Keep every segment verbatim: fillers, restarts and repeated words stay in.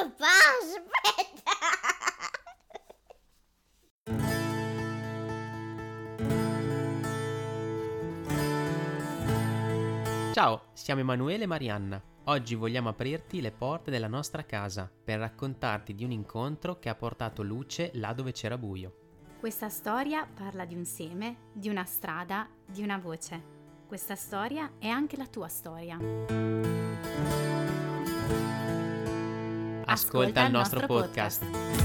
Papà, aspetta! Ciao, siamo Emanuele e Marianna. Oggi vogliamo aprirti le porte della nostra casa per raccontarti di un incontro che ha portato luce là dove c'era buio. Questa storia parla di un seme, di una strada, di una voce. Questa storia è anche la tua storia. Ascolta, Ascolta il nostro, nostro podcast. podcast.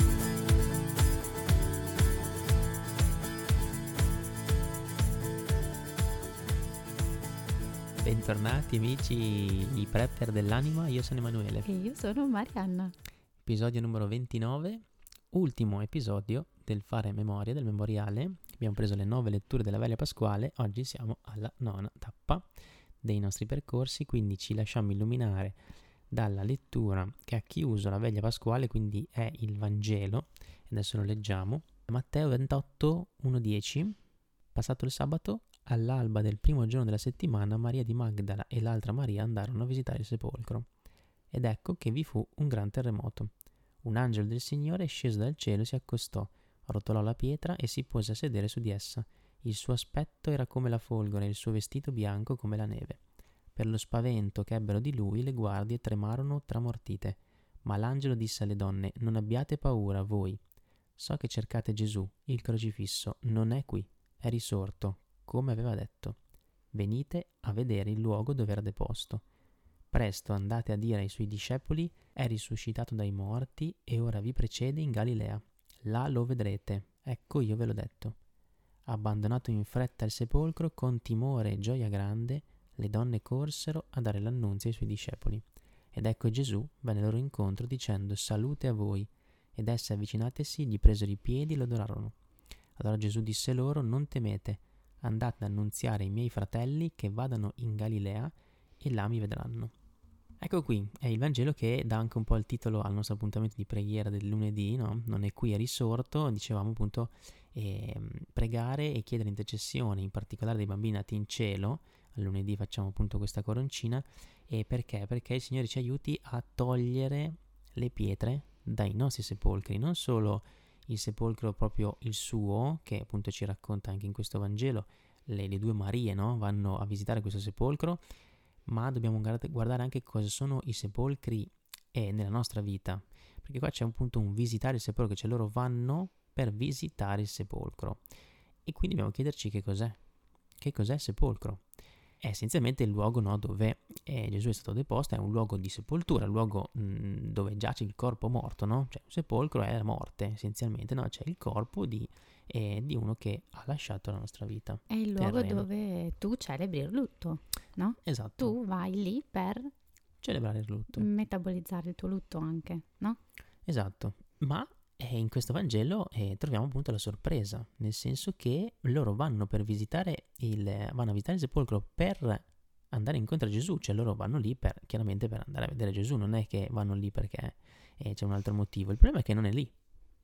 Bentornati amici, i prepper dell'anima, io sono Emanuele. E io sono Marianna. Episodio numero ventinove, ultimo episodio del fare memoria, del memoriale. Abbiamo preso le nove letture della Veglia Pasquale, oggi siamo alla nona tappa dei nostri percorsi, quindi ci lasciamo illuminare dalla lettura che ha chiuso la Veglia Pasquale, quindi è il Vangelo, adesso lo leggiamo. Matteo ventotto, uno dieci, passato il sabato, all'alba del primo giorno della settimana, Maria di Magdala e l'altra Maria andarono a visitare il sepolcro. Ed ecco che vi fu un gran terremoto. Un angelo del Signore sceso dal cielo si accostò, rotolò la pietra e si pose a sedere su di essa. Il suo aspetto era come la folgore e il suo vestito bianco come la neve. Per lo spavento che ebbero di lui, le guardie tremarono tramortite. Ma l'angelo disse alle donne: non abbiate paura voi. So che cercate Gesù, il crocifisso. Non è qui, è risorto, come aveva detto. Venite a vedere il luogo dove era deposto. Presto andate a dire ai suoi discepoli: è risuscitato dai morti e ora vi precede in Galilea. Là lo vedrete, ecco io ve l'ho detto. Abbandonato in fretta il sepolcro, con timore e gioia grande, le donne corsero a dare l'annunzio ai suoi discepoli. Ed ecco Gesù venne loro incontro dicendo: salute a voi. Ed esse avvicinatesi gli presero i piedi e lo adorarono. Allora Gesù disse loro: non temete, andate ad annunziare ai miei fratelli che vadano in Galilea e là mi vedranno. Ecco qui, è il Vangelo che dà anche un po' il titolo al nostro appuntamento di preghiera del lunedì, no? Non è qui, è risorto, dicevamo appunto eh, pregare e chiedere intercessione, in particolare dei bambini nati in cielo. Al lunedì facciamo appunto questa coroncina, e perché? Perché il Signore ci aiuti a togliere le pietre dai nostri sepolcri, non solo il sepolcro proprio il suo, che appunto ci racconta anche in questo Vangelo, le, le due Marie, no? Vanno a visitare questo sepolcro, ma dobbiamo guardare anche cosa sono i sepolcri eh, nella nostra vita, perché qua c'è un punto un visitare il sepolcro, cioè loro vanno per visitare il sepolcro, e quindi dobbiamo chiederci che cos'è, che cos'è il sepolcro. È essenzialmente il luogo, no, dove eh, Gesù è stato deposto, è un luogo di sepoltura, un luogo mh, dove giace il corpo morto, no? Cioè un sepolcro è la morte, essenzialmente, no? C'è il corpo di, eh, di uno che ha lasciato la nostra vita. È il luogo terreno. dove tu celebri il lutto, no? Esatto. Tu vai lì per celebrare il lutto. Metabolizzare il tuo lutto anche, no? Esatto, ma E in questo Vangelo eh, troviamo appunto la sorpresa, nel senso che loro vanno per visitare il vanno a visitare il sepolcro per andare incontro a Gesù, cioè loro vanno lì per chiaramente per andare a vedere Gesù, non è che vanno lì perché eh, c'è un altro motivo. Il problema è che non è lì.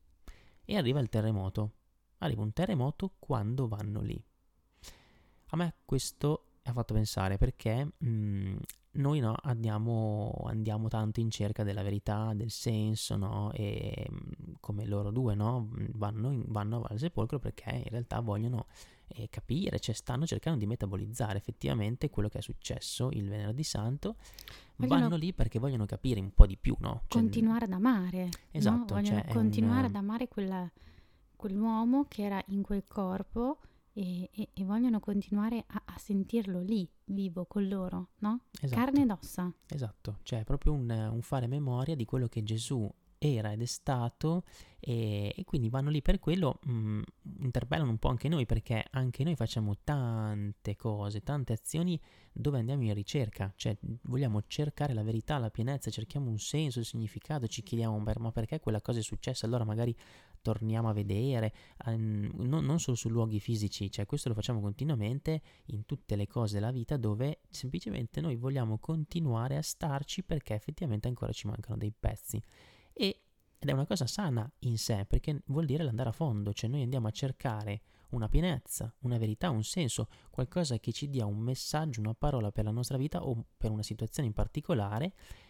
E arriva il terremoto. Arriva un terremoto quando vanno lì. A me questo ha fatto pensare perché mh, noi no, andiamo, andiamo tanto in cerca della verità, del senso, no? E come loro due, no? Vanno, in, vanno al sepolcro perché in realtà vogliono eh, capire, cioè stanno cercando di metabolizzare effettivamente quello che è successo il Venerdì Santo. Vogliono vanno lì perché vogliono capire un po' di più, no? Cioè, continuare ad amare. Esatto. No? Vogliono cioè continuare un, ad amare quella, quell'uomo che era in quel corpo. E, e, e vogliono continuare a, a sentirlo lì, vivo con loro, no? Esatto. Carne ed ossa. Esatto, cioè è proprio un, un fare memoria di quello che Gesù era ed è stato, e, e quindi vanno lì per quello, mh, interpellano un po' anche noi, perché anche noi facciamo tante cose, tante azioni dove andiamo in ricerca, cioè vogliamo cercare la verità, la pienezza, cerchiamo un senso, il significato, ci chiediamo ma perché quella cosa è successa, allora magari torniamo a vedere, um, non, non solo su luoghi fisici, cioè questo lo facciamo continuamente in tutte le cose della vita, dove semplicemente noi vogliamo continuare a starci perché effettivamente ancora ci mancano dei pezzi. E, ed è una cosa sana in sé, perché vuol dire l'andare a fondo, cioè noi andiamo a cercare una pienezza, una verità, un senso, qualcosa che ci dia un messaggio, una parola per la nostra vita o per una situazione in particolare,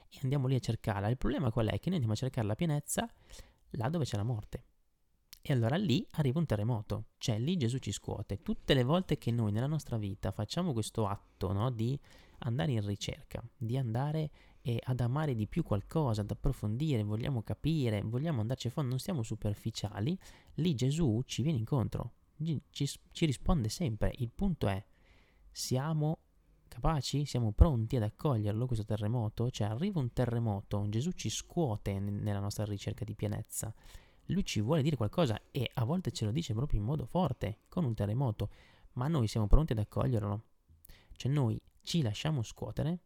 e andiamo lì a cercarla. Il problema qual è? Che noi andiamo a cercare la pienezza là dove c'è la morte. E allora lì arriva un terremoto, cioè lì Gesù ci scuote. Tutte le volte che noi nella nostra vita facciamo questo atto, no, di andare in ricerca, di andare eh, ad amare di più qualcosa, ad approfondire, vogliamo capire, vogliamo andarci a fondo, non siamo superficiali, lì Gesù ci viene incontro, ci, ci, ci risponde sempre. Il punto è, siamo capaci, siamo pronti ad accoglierlo questo terremoto? Cioè arriva un terremoto, Gesù ci scuote n- nella nostra ricerca di pienezza. Lui ci vuole dire qualcosa e a volte ce lo dice proprio in modo forte, con un terremoto, ma noi siamo pronti ad accoglierlo. Cioè noi ci lasciamo scuotere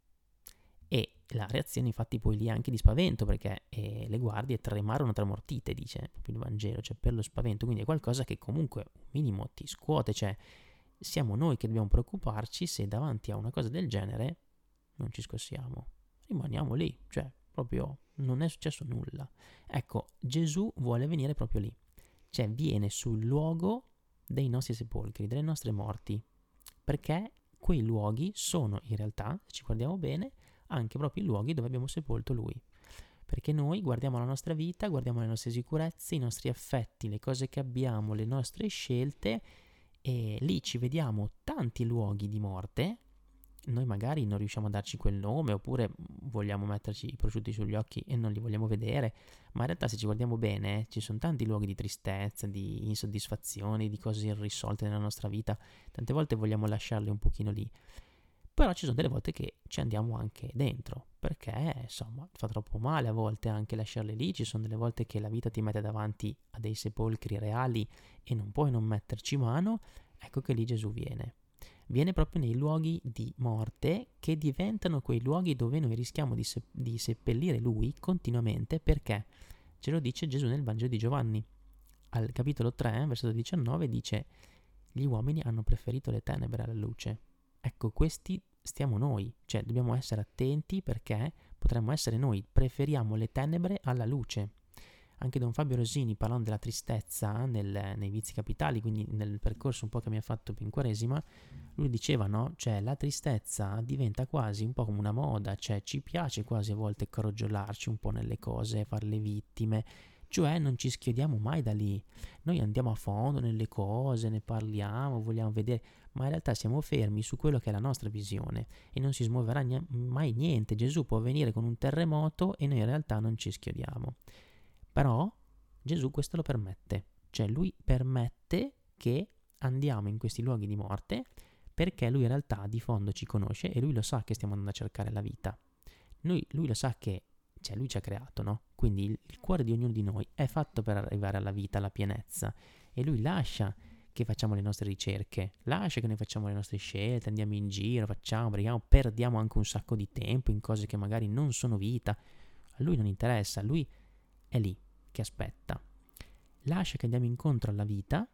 e la reazione infatti poi lì è anche di spavento, perché eh, le guardie tremarono tramortite, dice proprio il Vangelo, cioè per lo spavento, quindi è qualcosa che comunque un minimo ti scuote, cioè siamo noi che dobbiamo preoccuparci se davanti a una cosa del genere non ci scossiamo, rimaniamo lì, cioè proprio non è successo nulla. Ecco, Gesù vuole venire proprio lì, cioè viene sul luogo dei nostri sepolcri, delle nostre morti, perché quei luoghi sono in realtà, se ci guardiamo bene, anche proprio i luoghi dove abbiamo sepolto Lui. Perché noi guardiamo la nostra vita, guardiamo le nostre sicurezze, i nostri affetti, le cose che abbiamo, le nostre scelte, e lì ci vediamo tanti luoghi di morte. Noi magari non riusciamo a darci quel nome, oppure vogliamo metterci i prosciutti sugli occhi e non li vogliamo vedere, ma in realtà se ci guardiamo bene ci sono tanti luoghi di tristezza, di insoddisfazioni, di cose irrisolte nella nostra vita. Tante volte vogliamo lasciarli un pochino lì, però ci sono delle volte che ci andiamo anche dentro, perché insomma fa troppo male a volte anche lasciarle lì. Ci sono delle volte che la vita ti mette davanti a dei sepolcri reali e non puoi non metterci mano. Ecco che lì Gesù viene viene proprio nei luoghi di morte, che diventano quei luoghi dove noi rischiamo di, se- di seppellire Lui continuamente, perché ce lo dice Gesù nel Vangelo di Giovanni al capitolo tre, versetto diciannove, dice: gli uomini hanno preferito le tenebre alla luce. Ecco, questi stiamo noi, cioè dobbiamo essere attenti, perché potremmo essere noi, preferiamo le tenebre alla luce. Anche Don Fabio Rosini, parlando della tristezza nel, nei vizi capitali, quindi nel percorso un po' che mi ha fatto in Quaresima, lui diceva, no? Cioè la tristezza diventa quasi un po' come una moda, cioè ci piace quasi a volte crogiolarci un po' nelle cose, fare le vittime, cioè non ci schiodiamo mai da lì. Noi andiamo a fondo nelle cose, ne parliamo, vogliamo vedere, ma in realtà siamo fermi su quello che è la nostra visione e non si smuoverà ni- mai niente. Gesù può venire con un terremoto e noi in realtà non ci schiodiamo. Però Gesù questo lo permette, cioè lui permette che andiamo in questi luoghi di morte, perché lui in realtà di fondo ci conosce e lui lo sa che stiamo andando a cercare la vita. Lui, lui lo sa che, cioè lui ci ha creato, no? Quindi il, il cuore di ognuno di noi è fatto per arrivare alla vita, alla pienezza, e lui lascia che facciamo le nostre ricerche, lascia che noi facciamo le nostre scelte, andiamo in giro, facciamo, preghiamo, perdiamo anche un sacco di tempo in cose che magari non sono vita. A lui non interessa, a lui è lì che aspetta, lascia che andiamo incontro alla vita,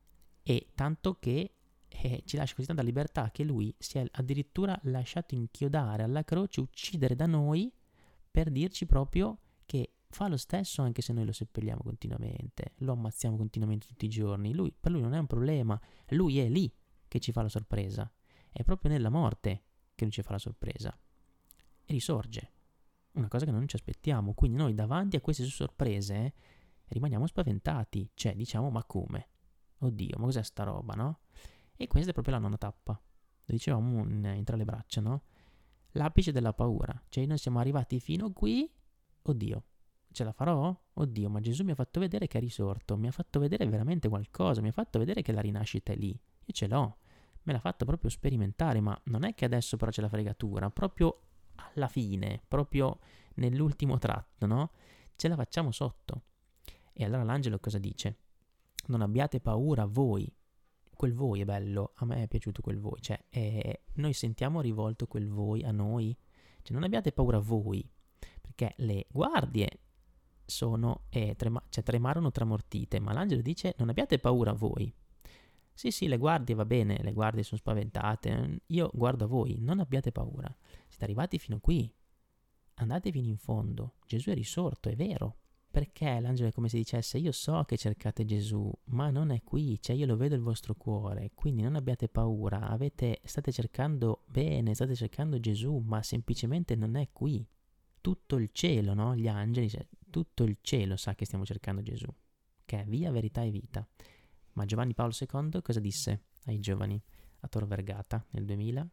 e tanto che eh, ci lascia così tanta libertà che lui si è addirittura lasciato inchiodare alla croce, uccidere da noi, per dirci proprio che fa lo stesso anche se noi lo seppelliamo continuamente, lo ammazziamo continuamente tutti i giorni. Lui, per lui non è un problema, lui è lì che ci fa la sorpresa, è proprio nella morte che lui ci fa la sorpresa e risorge. Una cosa che non ci aspettiamo, quindi noi davanti a queste sorprese eh, rimaniamo spaventati, cioè diciamo: ma come? Oddio, ma cos'è sta roba, no? E questa è proprio la nona tappa, lo dicevamo in, in Tra le braccia, no? L'apice della paura, cioè noi siamo arrivati fino qui, oddio, ce la farò? Oddio, ma Gesù mi ha fatto vedere che è risorto, mi ha fatto vedere veramente qualcosa, mi ha fatto vedere che la rinascita è lì, io ce l'ho, me l'ha fatto proprio sperimentare, ma non è che adesso però c'è la fregatura, proprio alla fine, proprio nell'ultimo tratto, no? Ce la facciamo sotto. E allora l'angelo cosa dice? Non abbiate paura voi. Quel voi è bello, a me è piaciuto quel voi, cioè eh, noi sentiamo rivolto quel voi a noi, cioè non abbiate paura voi, perché le guardie sono, eh, trema- cioè tremarono tramortite, ma l'angelo dice non abbiate paura voi. Sì, sì, le guardie va bene, le guardie sono spaventate, io guardo a voi, non abbiate paura. Siete arrivati fino qui, andate fino in fondo, Gesù è risorto, è vero. Perché l'angelo è come se dicesse: io so che cercate Gesù, ma non è qui, cioè io lo vedo il vostro cuore, quindi non abbiate paura, avete, state cercando bene, state cercando Gesù, ma semplicemente non è qui. tutto il cielo, no? Gli angeli, cioè, tutto il cielo sa che stiamo cercando Gesù, che è via, verità e vita. Ma Giovanni Paolo secondo cosa disse ai giovani a Tor Vergata nel duemila?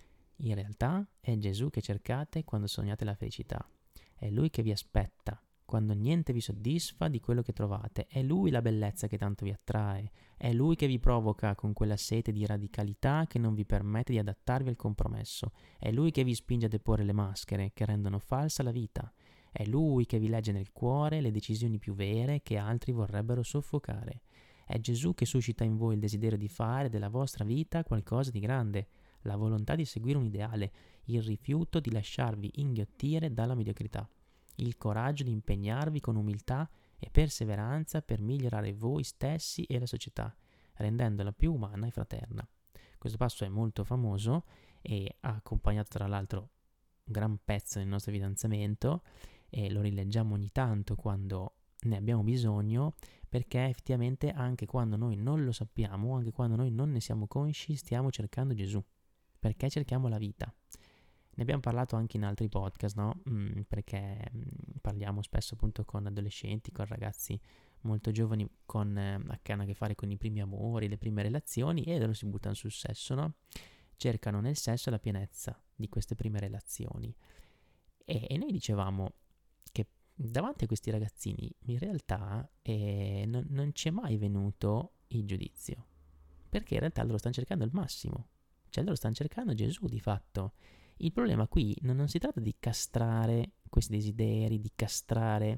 In realtà è Gesù che cercate quando sognate la felicità. È Lui che vi aspetta quando niente vi soddisfa di quello che trovate. È Lui la bellezza che tanto vi attrae. È Lui che vi provoca con quella sete di radicalità che non vi permette di adattarvi al compromesso. È Lui che vi spinge a deporre le maschere che rendono falsa la vita. È Lui che vi legge nel cuore le decisioni più vere che altri vorrebbero soffocare. È Gesù che suscita in voi il desiderio di fare della vostra vita qualcosa di grande, la volontà di seguire un ideale, il rifiuto di lasciarvi inghiottire dalla mediocrità, il coraggio di impegnarvi con umiltà e perseveranza per migliorare voi stessi e la società, rendendola più umana e fraterna. Questo passo è molto famoso e ha accompagnato tra l'altro un gran pezzo del nostro fidanzamento e lo rileggiamo ogni tanto quando ne abbiamo bisogno, perché effettivamente anche quando noi non lo sappiamo, anche quando noi non ne siamo consci, stiamo cercando Gesù, perché cerchiamo la vita. Ne abbiamo parlato anche in altri podcast, no? Mm, perché mm, parliamo spesso appunto con adolescenti, con ragazzi molto giovani con, eh, che hanno a che fare con i primi amori, le prime relazioni, e loro si buttano sul sesso, no? Cercano nel sesso la pienezza di queste prime relazioni. E, e noi dicevamo che davanti a questi ragazzini in realtà eh, non, non ci è mai venuto il giudizio, perché in realtà loro stanno cercando il massimo, cioè loro stanno cercando Gesù di fatto. Il problema qui non, non si tratta di castrare questi desideri, di castrare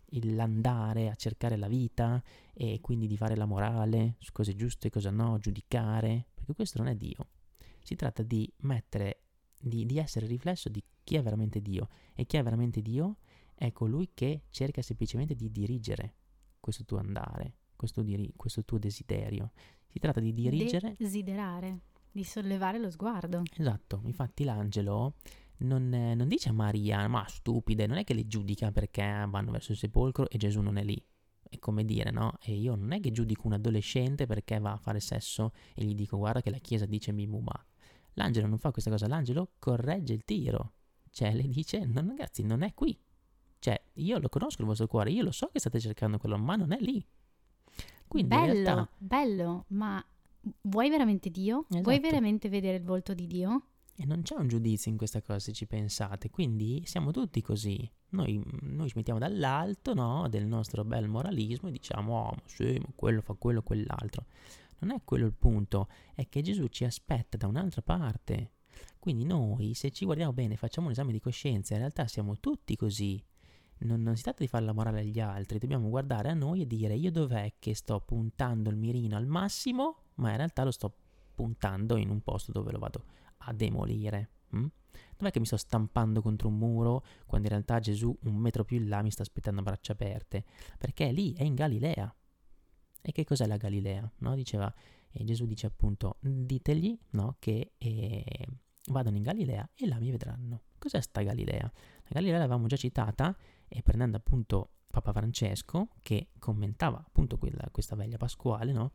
l'andare a cercare la vita e quindi di fare la morale su cosa è giusto e cosa no, giudicare, perché questo non è Dio. Si tratta di mettere, di, di essere riflesso di chi è veramente Dio, e chi è veramente Dio è colui che cerca semplicemente di dirigere questo tuo andare, questo, diri- questo tuo desiderio. Si tratta di dirigere... Desiderare, di sollevare lo sguardo. Esatto, infatti l'angelo non, eh, non dice a Maria, ma stupide, non è che le giudica perché vanno verso il sepolcro e Gesù non è lì. È come dire, no? E io non è che giudico un adolescente perché va a fare sesso e gli dico guarda che la chiesa dice mimuma. L'angelo non fa questa cosa, l'angelo corregge il tiro. Cioè le dice, no, ragazzi, non è qui. Cioè io lo conosco il vostro cuore, io lo so che state cercando quello, ma non è lì. Quindi bello, in realtà... bello, ma vuoi veramente Dio? Esatto. Vuoi veramente vedere il volto di Dio? E non c'è un giudizio in questa cosa se ci pensate, quindi siamo tutti così. Noi, noi ci mettiamo dall'alto, no, del nostro bel moralismo e diciamo, oh, ma sì, ma quello fa quello, quell'altro. Non è quello il punto, è che Gesù ci aspetta da un'altra parte. Quindi noi, se ci guardiamo bene, facciamo un esame di coscienza, in realtà siamo tutti così. Non, non si tratta di fare la morale agli altri, dobbiamo guardare a noi e dire io dov'è che sto puntando il mirino al massimo, ma in realtà lo sto puntando in un posto dove lo vado a demolire. Hm? Dov'è che mi sto stampando contro un muro quando in realtà Gesù un metro più in là mi sta aspettando a braccia aperte? Perché lì è in Galilea. E che cos'è la Galilea? No? Diceva, e Gesù dice appunto, ditegli, no, che eh, vadano in Galilea e là mi vedranno. Cos'è sta Galilea? La Galilea l'avevamo già citata, e prendendo appunto Papa Francesco, che commentava appunto quella, questa veglia pasquale, no?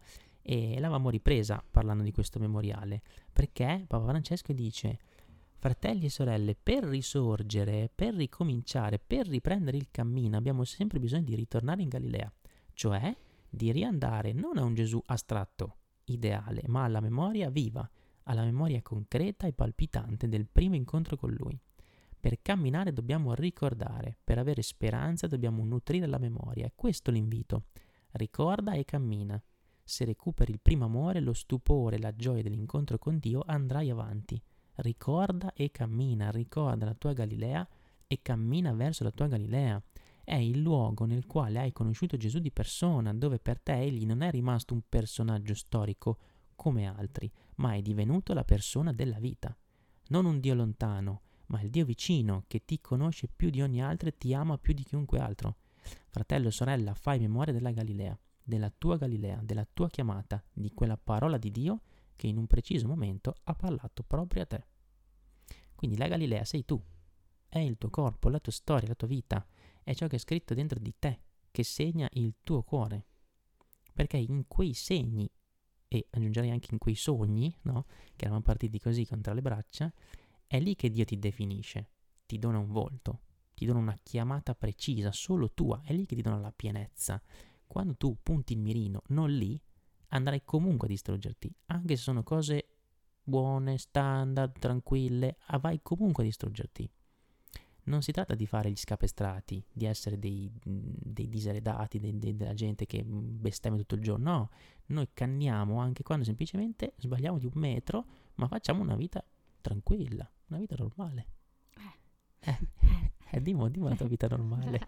E l'avevamo ripresa parlando di questo memoriale, perché Papa Francesco dice, fratelli e sorelle, per risorgere, per ricominciare, per riprendere il cammino, abbiamo sempre bisogno di ritornare in Galilea, cioè di riandare non a un Gesù astratto, ideale, ma alla memoria viva, alla memoria concreta e palpitante del primo incontro con Lui. Per camminare dobbiamo ricordare, per avere speranza dobbiamo nutrire la memoria. È questo l'invito. Ricorda e cammina. Se recuperi il primo amore, lo stupore, la gioia dell'incontro con Dio, andrai avanti. Ricorda e cammina, ricorda la tua Galilea e cammina verso la tua Galilea. È il luogo nel quale hai conosciuto Gesù di persona, dove per te egli non è rimasto un personaggio storico come altri, ma è divenuto la persona della vita. Non un Dio lontano, ma il Dio vicino, che ti conosce più di ogni altro e ti ama più di chiunque altro. Fratello, sorella, fai memoria della Galilea, della tua Galilea, della tua chiamata, di quella parola di Dio che in un preciso momento ha parlato proprio a te. Quindi la Galilea sei tu, è il tuo corpo, la tua storia, la tua vita, è ciò che è scritto dentro di te, che segna il tuo cuore. Perché in quei segni, e aggiungerei anche in quei sogni, no? Che eravamo partiti così con tra le braccia, è lì che Dio ti definisce, ti dona un volto, ti danno una chiamata precisa, solo tua, è lì che ti danno la pienezza. Quando tu punti il mirino non lì, andrai comunque a distruggerti, anche se sono cose buone, standard, tranquille, vai comunque a distruggerti. Non si tratta di fare gli scapestrati, di essere dei, dei diseredati, dei, dei, della gente che bestemmia tutto il giorno. No, noi canniamo anche quando semplicemente sbagliamo di un metro, ma facciamo una vita tranquilla, una vita normale. Eh, eh, eh dimmi, dimmi la tua vita normale.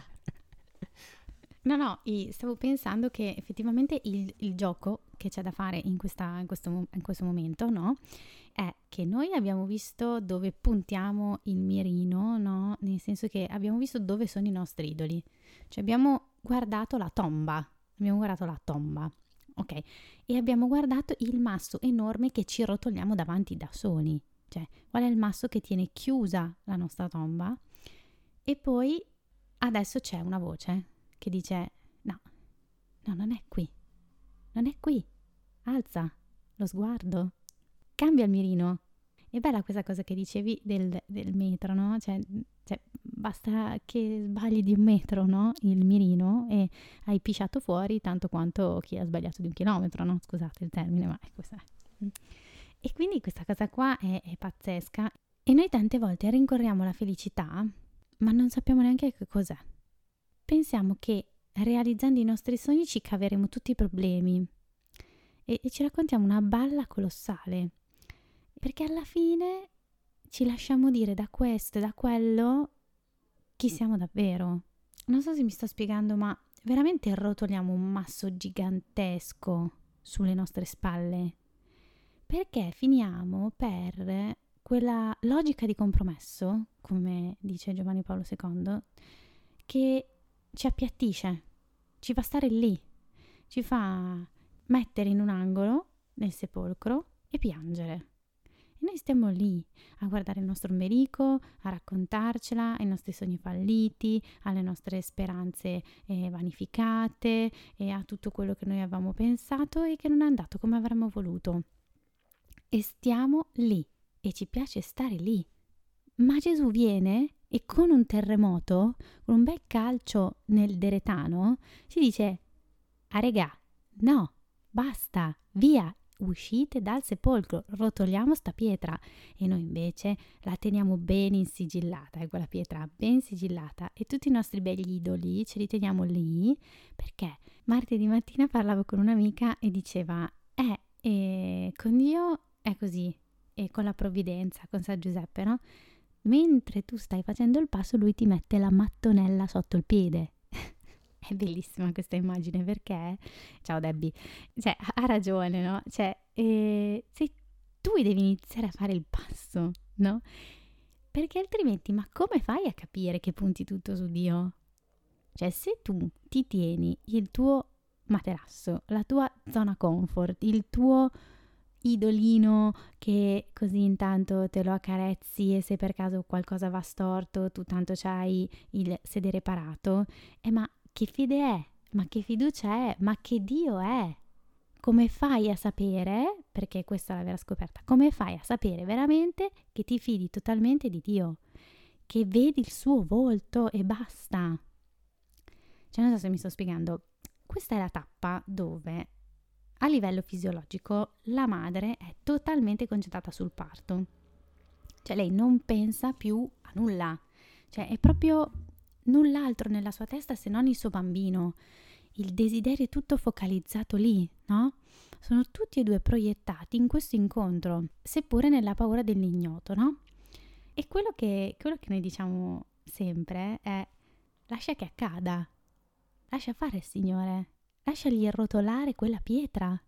No, no, stavo pensando che effettivamente il, il gioco che c'è da fare in, questa, in, questo, in questo momento, no? È che noi abbiamo visto dove puntiamo il mirino, no? Nel senso che abbiamo visto dove sono i nostri idoli. Cioè abbiamo guardato la tomba, abbiamo guardato la tomba, ok? E abbiamo guardato il masso enorme che ci rotoliamo davanti da soli. Cioè, qual è il masso che tiene chiusa la nostra tomba? E poi adesso c'è una voce che dice no, no, non è qui, non è qui, alza lo sguardo, cambia il mirino. È bella questa cosa che dicevi del, del metro, no? Cioè, cioè basta che sbagli di un metro, no? Il mirino e hai pisciato fuori tanto quanto chi ha sbagliato di un chilometro, no? Scusate il termine, ma è questa. E quindi questa cosa qua è, è pazzesca e noi tante volte rincorriamo la felicità ma non sappiamo neanche che cos'è. Pensiamo che realizzando i nostri sogni ci caveremo tutti i problemi e, e ci raccontiamo una balla colossale, perché alla fine ci lasciamo dire da questo e da quello chi siamo davvero. Non so se mi sto spiegando, ma veramente rotoliamo un masso gigantesco sulle nostre spalle, perché finiamo per quella logica di compromesso, come dice Giovanni Paolo secondo, che ci appiattisce, ci fa stare lì, ci fa mettere in un angolo nel sepolcro e piangere. E noi stiamo lì a guardare il nostro ombelico, a raccontarcela, ai nostri sogni falliti, alle nostre speranze eh, vanificate e a tutto quello che noi avevamo pensato e che non è andato come avremmo voluto. E stiamo lì e ci piace stare lì. Ma Gesù viene e con un terremoto, con un bel calcio nel deretano, si dice: ah regà, no, basta, via, uscite dal sepolcro, rotoliamo sta pietra. E noi invece la teniamo ben insigillata, eh, quella pietra ben sigillata, e tutti i nostri begli idoli ce li teniamo lì, perché martedì mattina parlavo con un'amica e diceva eh, eh con Dio è così, e con la provvidenza, con San Giuseppe, no? Mentre tu stai facendo il passo, lui ti mette la mattonella sotto il piede. È bellissima questa immagine, perché, ciao Debbie, cioè ha ragione, no? Cioè, eh, se tu devi iniziare a fare il passo, no? Perché altrimenti, ma come fai a capire che punti tutto su Dio? Cioè, se tu ti tieni il tuo materasso, la tua zona comfort, il tuo idolino che così intanto te lo accarezzi e se per caso qualcosa va storto tu tanto c'hai il sedere parato, eh, ma che fede è? Ma che fiducia è? Ma che Dio è? Come fai a sapere, perché questa è la vera scoperta, come fai a sapere veramente che ti fidi totalmente di Dio, che vedi il suo volto e basta? Cioè, non so se mi sto spiegando. Questa è la tappa dove a livello fisiologico la madre è totalmente concentrata sul parto, cioè lei non pensa più a nulla, cioè è proprio null'altro nella sua testa se non il suo bambino, il desiderio è tutto focalizzato lì, no? Sono tutti e due proiettati in questo incontro, seppure nella paura dell'ignoto, no? E quello che, quello che noi diciamo sempre è: lascia che accada, lascia fare il Signore. Lasciagli rotolare quella pietra.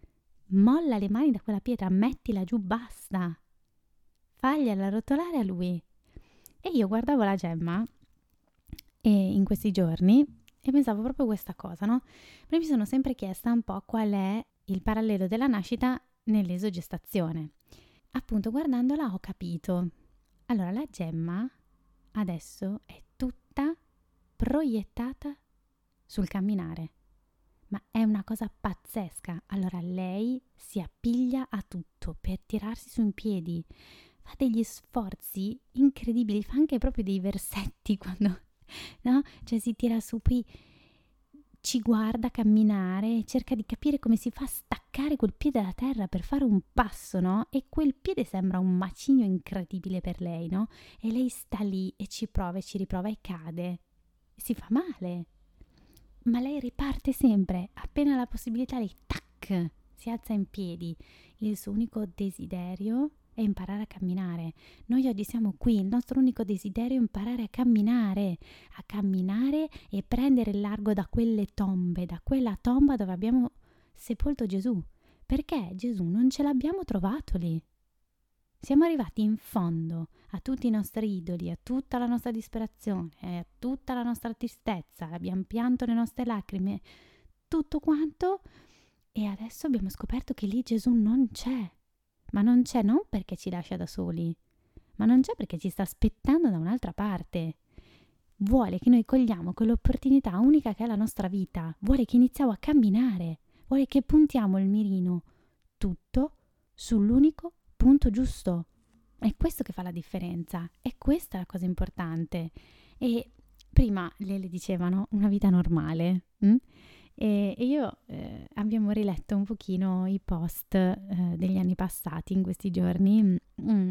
Molla le mani da quella pietra, mettila giù, basta. Fagliela rotolare a lui. E io guardavo la Gemma e in questi giorni e pensavo proprio questa cosa, no? Perché mi sono sempre chiesta un po' qual è il parallelo della nascita nell'esogestazione. Appunto, guardandola ho capito. Allora, la Gemma adesso è tutta proiettata sul camminare. Ma è una cosa pazzesca. Allora lei si appiglia a tutto per tirarsi su in piedi, fa degli sforzi incredibili, fa anche proprio dei versetti quando, no? Cioè si tira su, poi ci guarda camminare, cerca di capire come si fa a staccare quel piede da terra per fare un passo, no? E quel piede sembra un macigno incredibile per lei, no? E lei sta lì e ci prova e ci riprova e cade, e si fa male. Ma lei riparte sempre, appena ha la possibilità lei tac, si alza in piedi. Il suo unico desiderio è imparare a camminare. Noi oggi siamo qui, il nostro unico desiderio è imparare a camminare, a camminare e prendere il largo da quelle tombe, da quella tomba dove abbiamo sepolto Gesù. Perché Gesù non ce l'abbiamo trovato lì. Siamo arrivati in fondo a tutti i nostri idoli, a tutta la nostra disperazione, a tutta la nostra tristezza, abbiamo pianto le nostre lacrime, tutto quanto, e adesso abbiamo scoperto che lì Gesù non c'è. Ma non c'è non perché ci lascia da soli, ma non c'è perché ci sta aspettando da un'altra parte. Vuole che noi cogliamo quell'opportunità unica che è la nostra vita, vuole che iniziamo a camminare, vuole che puntiamo il mirino tutto sull'unico punto giusto. È questo che fa la differenza, è questa la cosa importante. E prima le, le dicevano una vita normale, hm? E, e io eh, abbiamo riletto un pochino i post eh, degli anni passati in questi giorni, mm,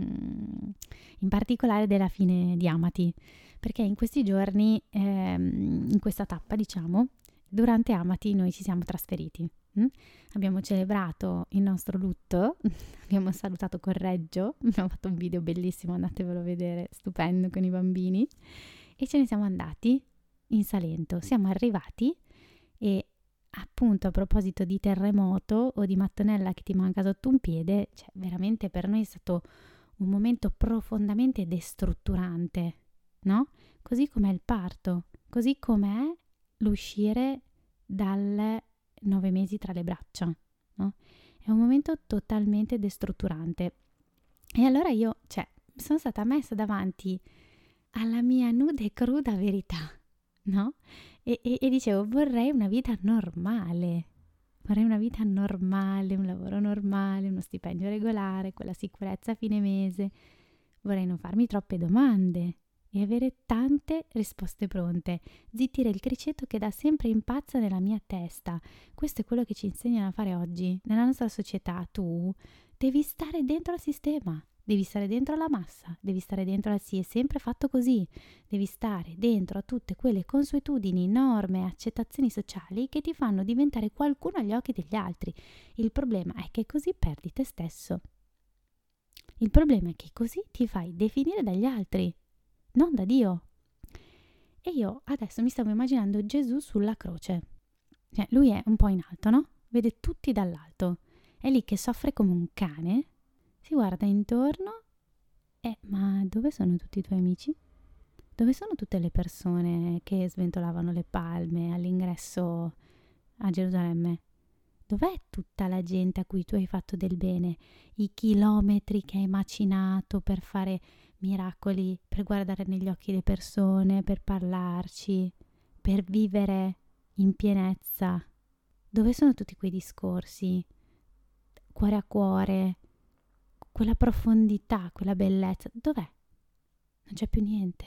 in particolare della fine di Amati, perché in questi giorni, ehm, in questa tappa diciamo, durante Amati noi ci siamo trasferiti. Mm? Abbiamo celebrato il nostro lutto, abbiamo salutato Correggio, abbiamo fatto un video bellissimo, andatevelo a vedere, stupendo, con i bambini, e ce ne siamo andati in Salento. Siamo arrivati e appunto a proposito di terremoto o di mattonella che ti manca sotto un piede, cioè veramente per noi è stato un momento profondamente destrutturante, no? Così come il parto, così come l'uscire dal nove mesi tra le braccia, no? È un momento totalmente destrutturante. E allora io, cioè, sono stata messa davanti alla mia nuda e cruda verità, no? E, e, e dicevo, vorrei una vita normale, vorrei una vita normale, un lavoro normale, uno stipendio regolare, quella sicurezza a fine mese. Vorrei non farmi troppe domande e avere tante risposte pronte, zittire il criceto che da sempre impazza nella mia testa. Questo è quello che ci insegnano a fare oggi. Nella nostra società tu devi stare dentro al sistema, devi stare dentro alla massa, devi stare dentro al sì, è sempre fatto così, devi stare dentro a tutte quelle consuetudini, norme, accettazioni sociali che ti fanno diventare qualcuno agli occhi degli altri. Il problema è che così perdi te stesso. Il problema è che così ti fai definire dagli altri, non da Dio. E io adesso mi stavo immaginando Gesù sulla croce. Cioè, lui è un po' in alto, no? Vede tutti dall'alto. È lì che soffre come un cane. Si guarda intorno e ma dove sono tutti i tuoi amici? Dove sono tutte le persone che sventolavano le palme all'ingresso a Gerusalemme? Dov'è tutta la gente a cui tu hai fatto del bene? I chilometri che hai macinato per fare miracoli, per guardare negli occhi le persone, per parlarci, per vivere in pienezza. Dove sono tutti quei discorsi? Cuore a cuore, quella profondità, quella bellezza, dov'è? Non c'è più niente.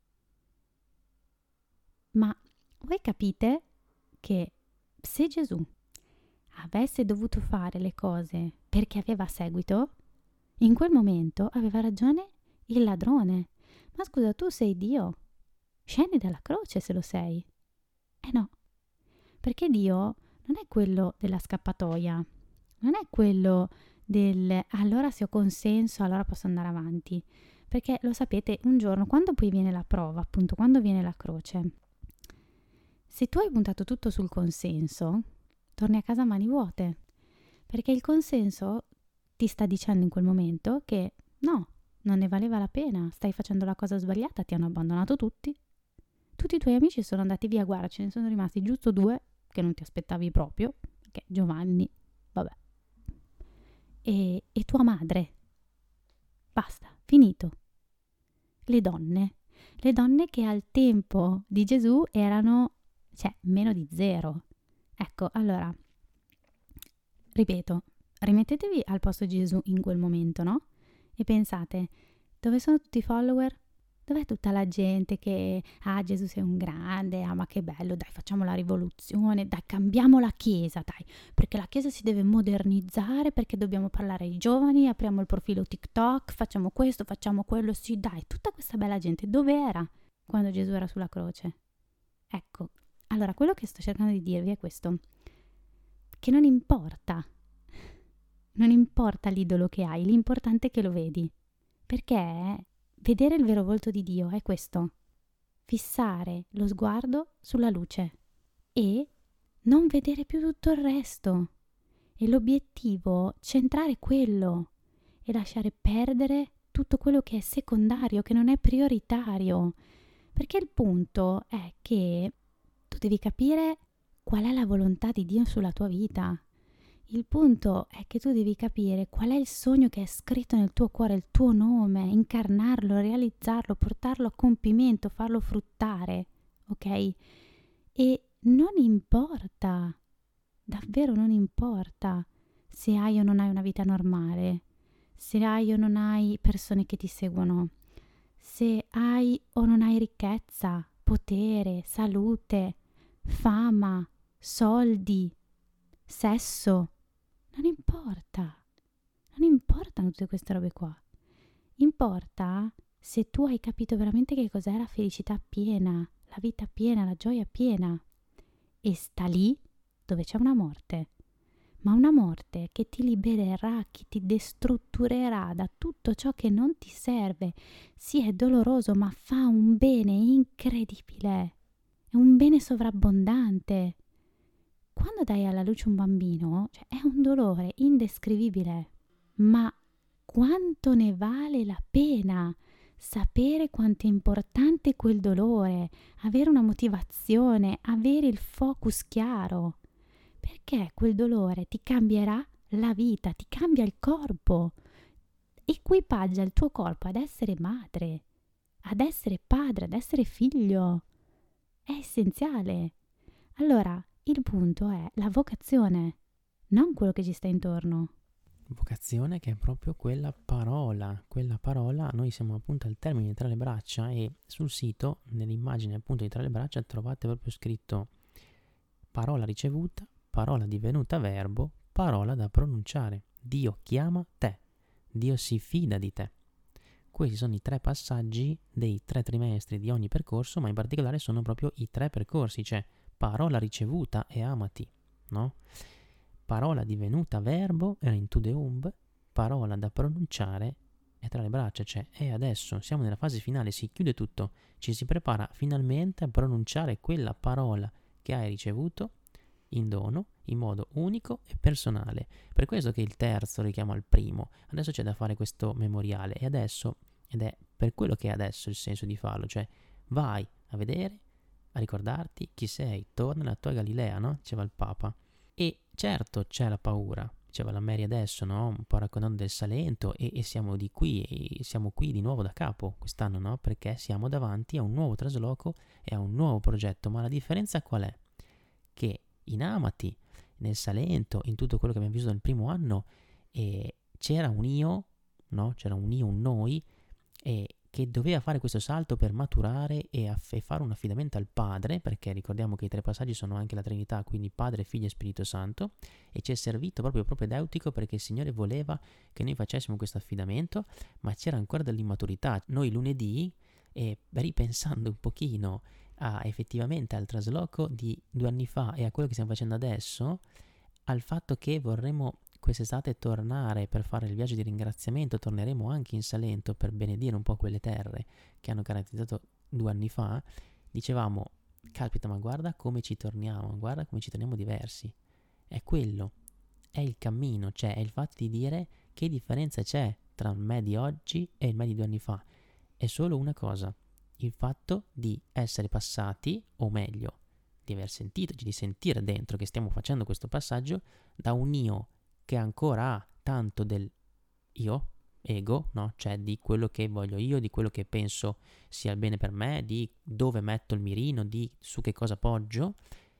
Ma voi capite che se Gesù avesse dovuto fare le cose perché aveva seguito, in quel momento aveva ragione il ladrone. Ma scusa, tu sei Dio, scendi dalla croce se lo sei. Eh no, perché Dio non è quello della scappatoia, non è quello del allora se ho consenso allora posso andare avanti, perché lo sapete, un giorno quando poi viene la prova, appunto quando viene la croce, se tu hai puntato tutto sul consenso torni a casa a mani vuote, perché il consenso ti sta dicendo in quel momento che no, non ne valeva la pena, stai facendo la cosa sbagliata, ti hanno abbandonato tutti, tutti i tuoi amici sono andati via, guarda, ce ne sono rimasti giusto due che non ti aspettavi proprio, che Giovanni, vabbè, e, e tua madre. Basta, finito. Le donne, le donne che al tempo di Gesù erano, cioè, meno di zero. Ecco, allora, ripeto, rimettetevi al posto di Gesù in quel momento, no? E pensate, dove sono tutti i follower? Dov'è tutta la gente che, ah Gesù sei un grande, ah ma che bello, dai facciamo la rivoluzione, dai cambiamo la Chiesa, dai, perché la Chiesa si deve modernizzare, perché dobbiamo parlare ai giovani, apriamo il profilo TikTok, facciamo questo, facciamo quello, sì dai, tutta questa bella gente dove era quando Gesù era sulla croce? Ecco, allora quello che sto cercando di dirvi è questo, che non importa, non importa l'idolo che hai, l'importante è che lo vedi, perché vedere il vero volto di Dio è questo, fissare lo sguardo sulla luce e non vedere più tutto il resto. E l'obiettivo centrare quello e lasciare perdere tutto quello che è secondario, che non è prioritario. Perché il punto è che tu devi capire qual è la volontà di Dio sulla tua vita. Il punto è che tu devi capire qual è il sogno che è scritto nel tuo cuore, il tuo nome, incarnarlo, realizzarlo, portarlo a compimento, farlo fruttare, ok? E non importa, davvero non importa se hai o non hai una vita normale, se hai o non hai persone che ti seguono, se hai o non hai ricchezza, potere, salute, fama, soldi, sesso. Non importa, non importano tutte queste robe qua. Importa se tu hai capito veramente che cos'è la felicità piena, la vita piena, la gioia piena. E sta lì dove c'è una morte. Ma una morte che ti libererà, che ti destrutturerà da tutto ciò che non ti serve. Sì, è doloroso, ma fa un bene incredibile. È un bene sovrabbondante. Quando dai alla luce un bambino, cioè, è un dolore indescrivibile, ma quanto ne vale la pena sapere quanto è importante quel dolore, avere una motivazione, avere il focus chiaro, perché quel dolore ti cambierà la vita, ti cambia il corpo, equipaggia il tuo corpo ad essere madre, ad essere padre, ad essere figlio, è essenziale. Allora, il punto è la vocazione, non quello che ci sta intorno. Vocazione che è proprio quella parola, quella parola, noi siamo appunto al termine di Tra le braccia e sul sito, nell'immagine appunto di Tra le braccia, trovate proprio scritto parola ricevuta, parola divenuta verbo, parola da pronunciare. Dio chiama te, Dio si fida di te. Questi sono i tre passaggi dei tre trimestri di ogni percorso, ma in particolare sono proprio i tre percorsi, cioè parola ricevuta e amati, no? Parola divenuta verbo era into the womb, parola da pronunciare è tra le braccia, cioè è adesso, siamo nella fase finale, si chiude tutto, ci si prepara finalmente a pronunciare quella parola che hai ricevuto in dono, in modo unico e personale. Per questo che il terzo richiama al primo. Adesso c'è da fare questo memoriale e adesso, ed è per quello che è adesso il senso di farlo, cioè vai a vedere, a ricordarti chi sei, torna alla tua Galilea, no? Diceva il Papa. E certo c'è la paura, diceva la Mary adesso, no? Un po' raccontando del Salento e, e siamo di qui, e siamo qui di nuovo da capo quest'anno, no? Perché siamo davanti a un nuovo trasloco e a un nuovo progetto, ma la differenza qual è? Che in Amati, nel Salento, in tutto quello che abbiamo visto nel primo anno, eh, c'era un io, no? C'era un io, un noi, eh, che doveva fare questo salto per maturare e, aff- e fare un affidamento al Padre, perché ricordiamo che i tre passaggi sono anche la Trinità, quindi Padre, Figlio e Spirito Santo, e ci è servito proprio propedeutico perché il Signore voleva che noi facessimo questo affidamento, ma c'era ancora dell'immaturità. Noi lunedì, eh, ripensando un pochino a, effettivamente al trasloco di due anni fa e a quello che stiamo facendo adesso, al fatto che vorremmo quest'estate tornare per fare il viaggio di ringraziamento, torneremo anche in Salento per benedire un po' quelle terre che hanno caratterizzato due anni fa, dicevamo, caspita, ma guarda come ci torniamo, guarda come ci torniamo diversi. È quello, è il cammino, cioè è il fatto di dire che differenza c'è tra me di oggi e il me di due anni fa. È solo una cosa, il fatto di essere passati, o meglio, di aver sentito, di sentire dentro che stiamo facendo questo passaggio da un io che ancora ha tanto del io, ego, no? Cioè di quello che voglio io, di quello che penso sia il bene per me, di dove metto il mirino, di su che cosa poggio,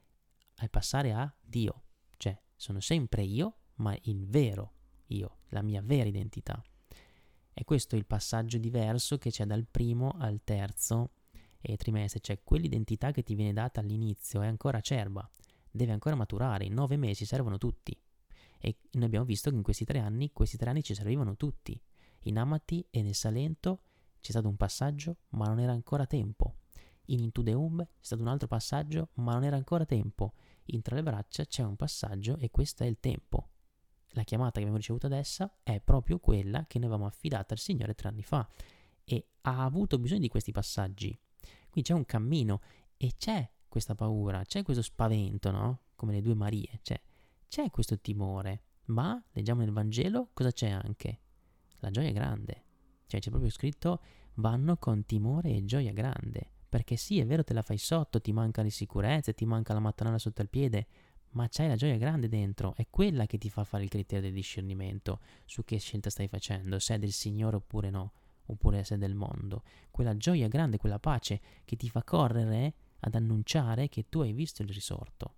al passare a Dio. Cioè sono sempre io, ma il vero io, la mia vera identità. E questo è il passaggio diverso che c'è dal primo al terzo e trimestre, cioè quell'identità che ti viene data all'inizio è ancora acerba, deve ancora maturare, in nove mesi servono tutti. E noi abbiamo visto che in questi tre anni, questi tre anni ci servivano tutti. In Amati e nel Salento c'è stato un passaggio, ma non era ancora tempo. In Into the Home c'è stato un altro passaggio, ma non era ancora tempo. In Tra le braccia c'è un passaggio e questo è il tempo. La chiamata che abbiamo ricevuto adesso è proprio quella che noi avevamo affidata al Signore tre anni fa e ha avuto bisogno di questi passaggi. Quindi c'è un cammino e c'è questa paura, c'è questo spavento, no? Come le due Marie, c'è, c'è questo timore, ma leggiamo nel Vangelo cosa c'è anche? La gioia grande. Cioè c'è proprio scritto vanno con timore e gioia grande, perché sì, è vero, te la fai sotto, ti manca di sicurezza, ti manca la mattonella sotto il piede, ma c'hai la gioia grande dentro, è quella che ti fa fare il criterio del discernimento su che scelta stai facendo, se è del Signore oppure no, oppure se è del mondo. Quella gioia grande, quella pace che ti fa correre ad annunciare che tu hai visto il risorto.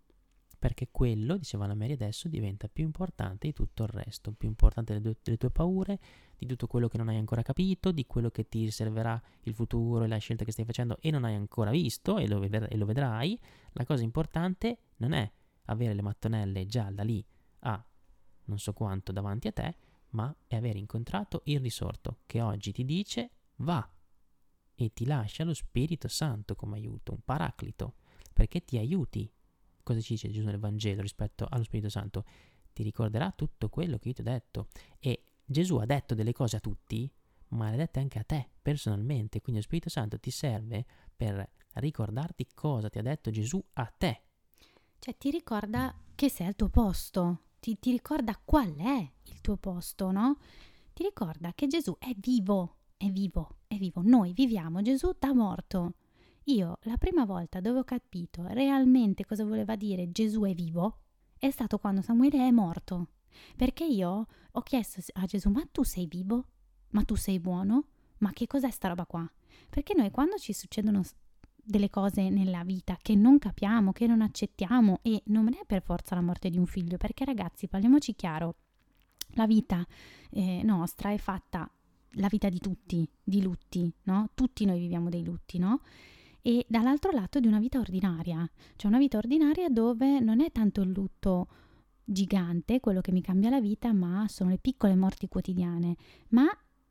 Perché quello, diceva la Mary adesso, diventa più importante di tutto il resto, più importante delle, delle tue paure, di tutto quello che non hai ancora capito, di quello che ti riserverà il futuro e la scelta che stai facendo e non hai ancora visto e lo, vedr- e lo vedrai. La cosa importante non è avere le mattonelle già da lì a non so quanto davanti a te, ma è aver incontrato il risorto che oggi ti dice va e ti lascia lo Spirito Santo come aiuto, un paraclito, perché ti aiuti. Cosa ci dice Gesù nel Vangelo rispetto allo Spirito Santo? Ti ricorderà tutto quello che io ti ho detto. E Gesù ha detto delle cose a tutti, ma le ha dette anche a te personalmente, quindi lo Spirito Santo ti serve per ricordarti cosa ti ha detto Gesù a te. Cioè ti ricorda che sei al tuo posto, ti, ti ricorda qual è il tuo posto, no? Ti ricorda che Gesù è vivo, è vivo, è vivo. Noi viviamo Gesù da morto. Io la prima volta dove ho capito realmente cosa voleva dire Gesù è vivo è stato quando Samuele è morto. Perché io ho chiesto a Gesù, ma tu sei vivo? Ma tu sei buono? Ma che cos'è sta roba qua? Perché noi quando ci succedono delle cose nella vita che non capiamo, che non accettiamo, e non è per forza la morte di un figlio, perché ragazzi, parliamoci chiaro, la vita eh, nostra è fatta, la vita di tutti, di lutti, no? Tutti noi viviamo dei lutti, no? E dall'altro lato di una vita ordinaria, cioè una vita ordinaria dove non è tanto il lutto gigante, quello che mi cambia la vita, ma sono le piccole morti quotidiane, ma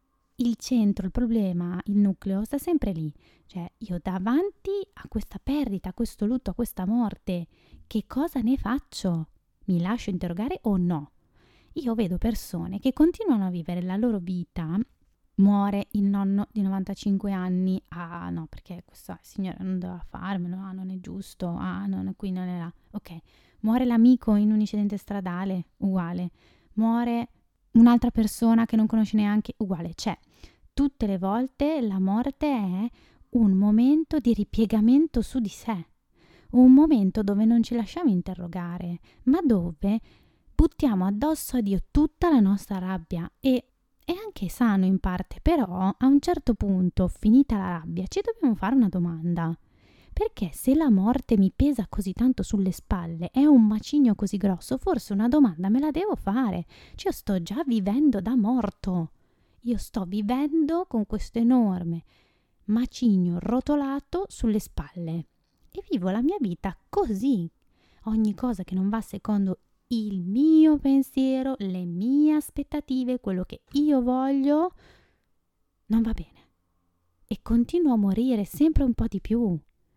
il centro, il problema, il nucleo sta sempre lì. Cioè io davanti a questa perdita, a questo lutto, a questa morte, che cosa ne faccio? Mi lascio interrogare o no? Io vedo persone che continuano a vivere la loro vita. Muore il nonno di novantacinque anni, ah no, perché questa signora non doveva farmelo, ah non è giusto, ah non, qui non è là, ok. Muore l'amico in un incidente stradale, uguale. Muore un'altra persona che non conosce neanche, uguale. Cioè, tutte le volte la morte è un momento di ripiegamento su di sé, un momento dove non ci lasciamo interrogare, ma dove buttiamo addosso a Dio tutta la nostra rabbia. E è anche sano in parte, però a un certo punto, finita la rabbia, ci dobbiamo fare una domanda. Perché se la morte mi pesa così tanto sulle spalle, è un macigno così grosso, forse una domanda me la devo fare. Cioè, io sto già vivendo da morto. Io sto vivendo con questo enorme macigno rotolato sulle spalle. E vivo la mia vita così. Ogni cosa che non va secondo il mio pensiero, le mie aspettative, quello che io voglio, non va bene. E continuo a morire sempre un po' di più.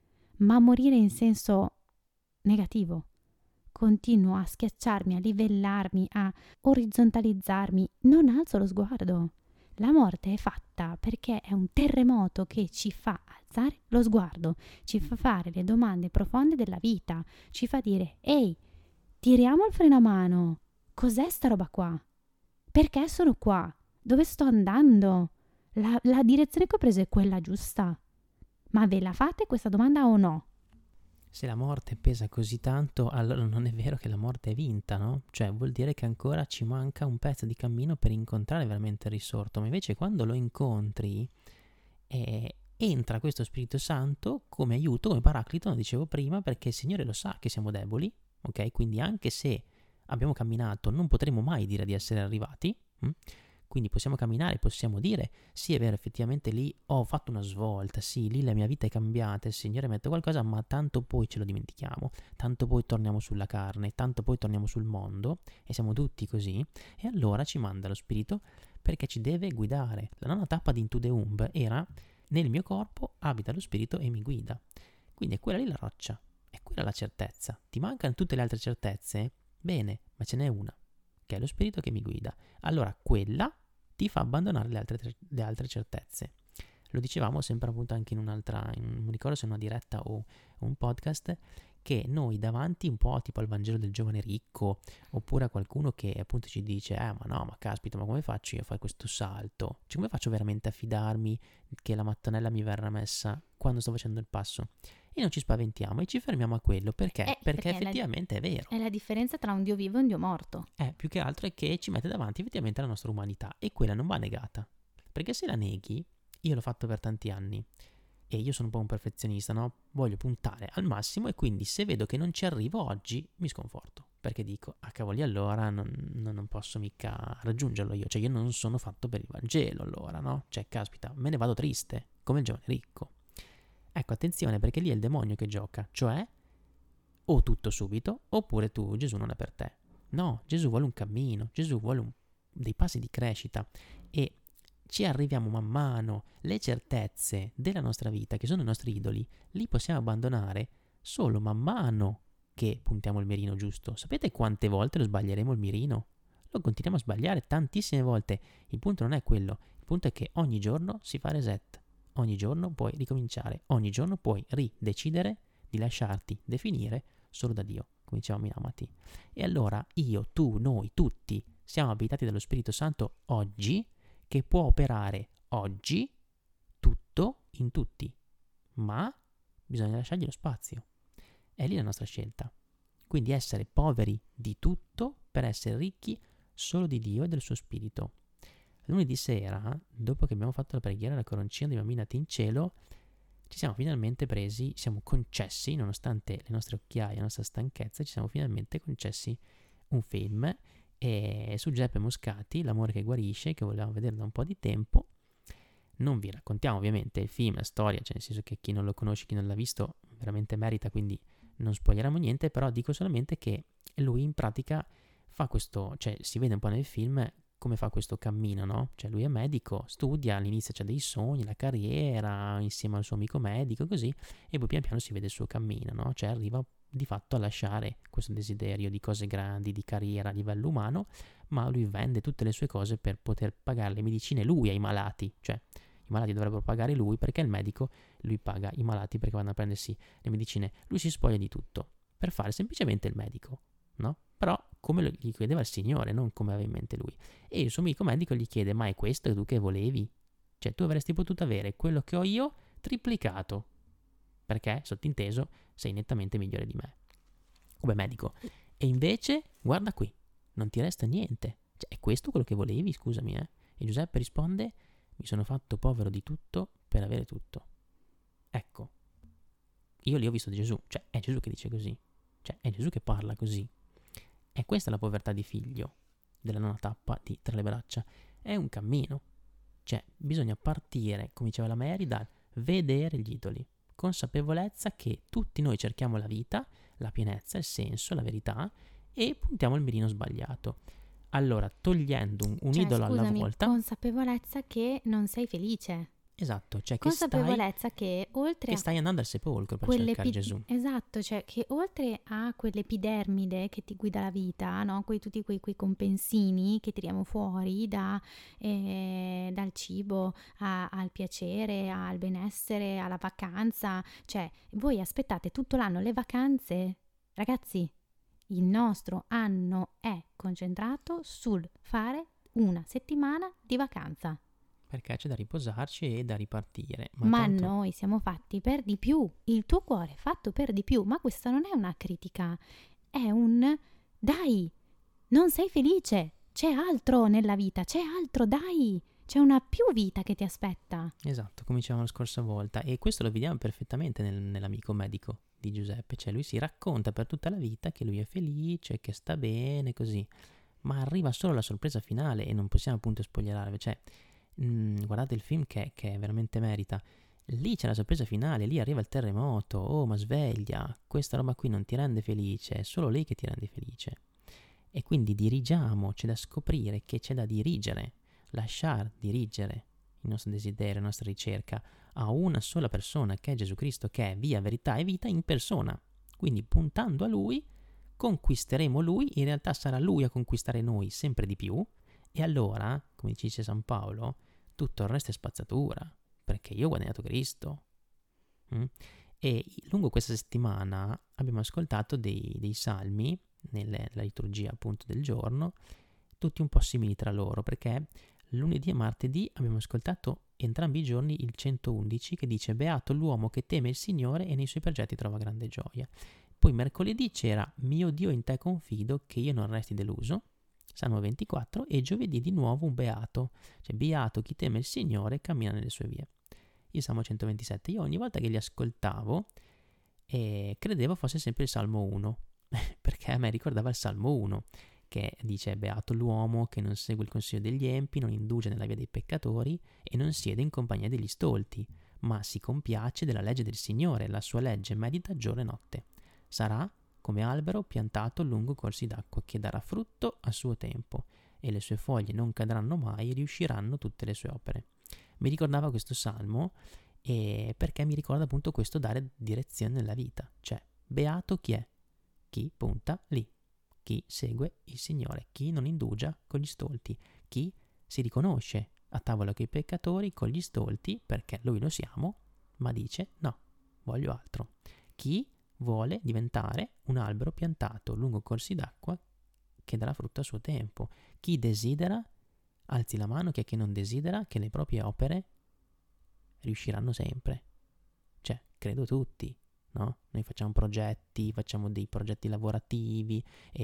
Ma morire in senso negativo. Continuo a schiacciarmi, a livellarmi, a orizzontalizzarmi, non alzo lo sguardo. La morte è fatta perché è un terremoto che ci fa alzare lo sguardo, ci fa fare le domande profonde della vita, ci fa dire, ehi, tiriamo il freno a mano, cos'è sta roba qua? Perché sono qua? Dove sto andando? La, la direzione che ho preso è quella giusta? Ma ve la fate questa domanda o no? Se la morte pesa così tanto, allora non è vero che la morte è vinta, no? Cioè vuol dire che ancora ci manca un pezzo di cammino per incontrare veramente il risorto, ma invece quando lo incontri eh, entra questo Spirito Santo come aiuto, come paraclito, come dicevo prima, perché il Signore lo sa che siamo deboli, ok? Quindi anche se abbiamo camminato non potremo mai dire di essere arrivati, hm? Quindi possiamo camminare, possiamo dire, sì è vero, effettivamente lì ho fatto una svolta, sì, lì la mia vita è cambiata, il Signore mette qualcosa, ma tanto poi ce lo dimentichiamo, tanto poi torniamo sulla carne, tanto poi torniamo sul mondo, e siamo tutti così, e allora ci manda lo Spirito perché ci deve guidare. La nona tappa di Into the Womb era: nel mio corpo abita lo Spirito e mi guida. Quindi è quella lì la roccia, è quella la certezza. Ti mancano tutte le altre certezze? Bene, ma ce n'è una, che è lo Spirito che mi guida. Allora quella ti fa abbandonare le altre, le altre certezze. Lo dicevamo sempre appunto anche in un'altra, in, non mi ricordo se una diretta o un podcast, che noi davanti un po' tipo al Vangelo del giovane ricco, oppure a qualcuno che appunto ci dice eh ma no, ma caspita, ma come faccio io a fare questo salto? Cioè, come faccio veramente a fidarmi che la mattonella mi verrà messa quando sto facendo il passo? E non ci spaventiamo e ci fermiamo a quello. Perché? Eh, perché, perché effettivamente la, è vero. È la differenza tra un Dio vivo e un Dio morto. Eh, più che altro è che ci mette davanti effettivamente la nostra umanità, e quella non va negata. Perché se la neghi, io l'ho fatto per tanti anni, e io sono un po' un perfezionista, no? Voglio puntare al massimo, e quindi se vedo che non ci arrivo oggi mi sconforto, perché dico, ah cavoli, allora non, non posso mica raggiungerlo io, cioè io non sono fatto per il Vangelo allora, no? Cioè caspita, me ne vado triste, come il giovane ricco. Ecco, attenzione, perché lì è il demonio che gioca, cioè o tutto subito, oppure tu, Gesù non è per te. No, Gesù vuole un cammino, Gesù vuole un, dei passi di crescita, e ci arriviamo man mano. Le certezze della nostra vita, che sono i nostri idoli, li possiamo abbandonare solo man mano che puntiamo il mirino giusto. Sapete quante volte lo sbaglieremo il mirino? Lo continuiamo a sbagliare tantissime volte. Il punto non è quello, il punto è che ogni giorno si fa reset, ogni giorno puoi ricominciare, ogni giorno puoi ridecidere di lasciarti definire solo da Dio, come dicevamo in Amati. E allora io, tu, noi, tutti siamo abitati dallo Spirito Santo oggi, che può operare oggi tutto in tutti, ma bisogna lasciargli lo spazio. È lì la nostra scelta. Quindi essere poveri di tutto per essere ricchi solo di Dio e del suo Spirito. Lunedì sera, dopo che abbiamo fatto la preghiera e la coroncina dei bambini nati in cielo, ci siamo finalmente presi, siamo concessi, nonostante le nostre occhiaie, la nostra stanchezza, ci siamo finalmente concessi un film, e su Giuseppe Moscati, L'amore che guarisce, che volevamo vedere da un po' di tempo. Non vi raccontiamo ovviamente il film, la storia, cioè nel senso che chi non lo conosce, chi non l'ha visto, veramente merita, quindi non spoileriamo niente, però dico solamente che lui in pratica fa questo, cioè si vede un po' nel film come fa questo cammino, no? Cioè lui è medico, studia, all'inizio c'ha dei sogni, la carriera, insieme al suo amico medico, così, e poi pian piano si vede il suo cammino, no? Cioè arriva di fatto a lasciare questo desiderio di cose grandi, di carriera a livello umano, ma lui vende tutte le sue cose per poter pagare le medicine lui ai malati, cioè i malati dovrebbero pagare lui perché il medico, lui paga i malati perché vanno a prendersi le medicine, lui si spoglia di tutto per fare semplicemente il medico, no? Però come lo, gli chiedeva il Signore, non come aveva in mente lui. E il suo amico medico gli chiede, ma è questo tu che volevi? Cioè tu avresti potuto avere quello che ho io triplicato, perché, sottinteso, sei nettamente migliore di me come medico. E invece, guarda qui, non ti resta niente. Cioè, è questo quello che volevi, scusami, eh? E Giuseppe risponde, mi sono fatto povero di tutto per avere tutto. Ecco, io lì ho visto Gesù, cioè è Gesù che dice così, cioè è Gesù che parla così. E questa è la povertà di figlio della nona tappa di Tra le braccia. È un cammino, cioè bisogna partire, come diceva la Mary, dal vedere gli idoli, consapevolezza che tutti noi cerchiamo la vita, la pienezza, il senso, la verità, e puntiamo il mirino sbagliato. Allora, togliendo un, un cioè, idolo scusami, alla volta, consapevolezza che non sei felice. esatto, cioè che stai, Consapevolezza che oltre che a stai andando al sepolcro per quelle cercare epi- Gesù. esatto, cioè che oltre a quell'epidermide che ti guida la vita, no? Quei, tutti quei, quei compensini che tiriamo fuori da, eh, dal cibo a- al piacere, al benessere, alla vacanza, cioè voi aspettate tutto l'anno le vacanze, ragazzi, il nostro anno è concentrato sul fare una settimana di vacanza. Perché c'è da riposarci e da ripartire. Ma, Ma tanto, noi siamo fatti per di più, il tuo cuore è fatto per di più, ma questa non è una critica, è un dai, non sei felice, c'è altro nella vita, c'è altro, dai, c'è una più vita che ti aspetta. esatto, come dicevamo la scorsa volta, e questo lo vediamo perfettamente nel- nell'amico medico di Giuseppe, cioè lui si racconta per tutta la vita che lui è felice, che sta bene, così. ma arriva solo la sorpresa finale e non possiamo appunto spoilerare, cioè mh, guardate il film che, che veramente merita. Lì c'è la sorpresa finale, lì arriva il terremoto, oh ma sveglia, questa roba qui non ti rende felice, è solo lei che ti rende felice. E quindi dirigiamo, c'è da scoprire che c'è da dirigere, lasciar dirigere il nostro desiderio, la nostra ricerca a una sola persona che è Gesù Cristo, che è via, verità e vita in persona. Quindi puntando a Lui, conquisteremo Lui, in realtà sarà Lui a conquistare noi sempre di più, e allora, come dice San Paolo, tutto il resto è spazzatura, perché io ho guadagnato Cristo. Mm? E lungo questa settimana abbiamo ascoltato dei, dei salmi nella liturgia appunto del giorno, tutti un po' simili tra loro, perché lunedì e martedì abbiamo ascoltato entrambi i giorni il centoundici che dice beato l'uomo che teme il Signore e nei suoi progetti trova grande gioia. Poi mercoledì c'era mio Dio in te confido che io non resti deluso, Salmo ventiquattro, e giovedì di nuovo un beato, cioè beato chi teme il Signore e cammina nelle sue vie. Il Salmo centoventisette, io ogni volta che li ascoltavo eh, credevo fosse sempre il Salmo uno, perché a me ricordava il Salmo uno, che dice beato l'uomo che non segue il consiglio degli empi, non induge nella via dei peccatori e non siede in compagnia degli stolti, ma si compiace della legge del Signore, la sua legge medita giorno e notte. Sarà come albero piantato lungo corsi d'acqua che darà frutto a suo tempo e le sue foglie non cadranno mai e riusciranno tutte le sue opere. Mi ricordava questo salmo e perché mi ricorda appunto questo dare direzione nella vita, cioè beato chi è? Chi punta lì, chi segue il Signore, chi non indugia con gli stolti, chi si riconosce a tavola con i peccatori, con gli stolti, perché lui lo siamo, ma dice no, voglio altro. Chi vuole diventare un albero piantato lungo corsi d'acqua che darà frutto a suo tempo. Chi desidera, alzi la mano, chi è che non desidera che le proprie opere riusciranno sempre. Cioè, credo tutti. No? Noi facciamo progetti, facciamo dei progetti lavorativi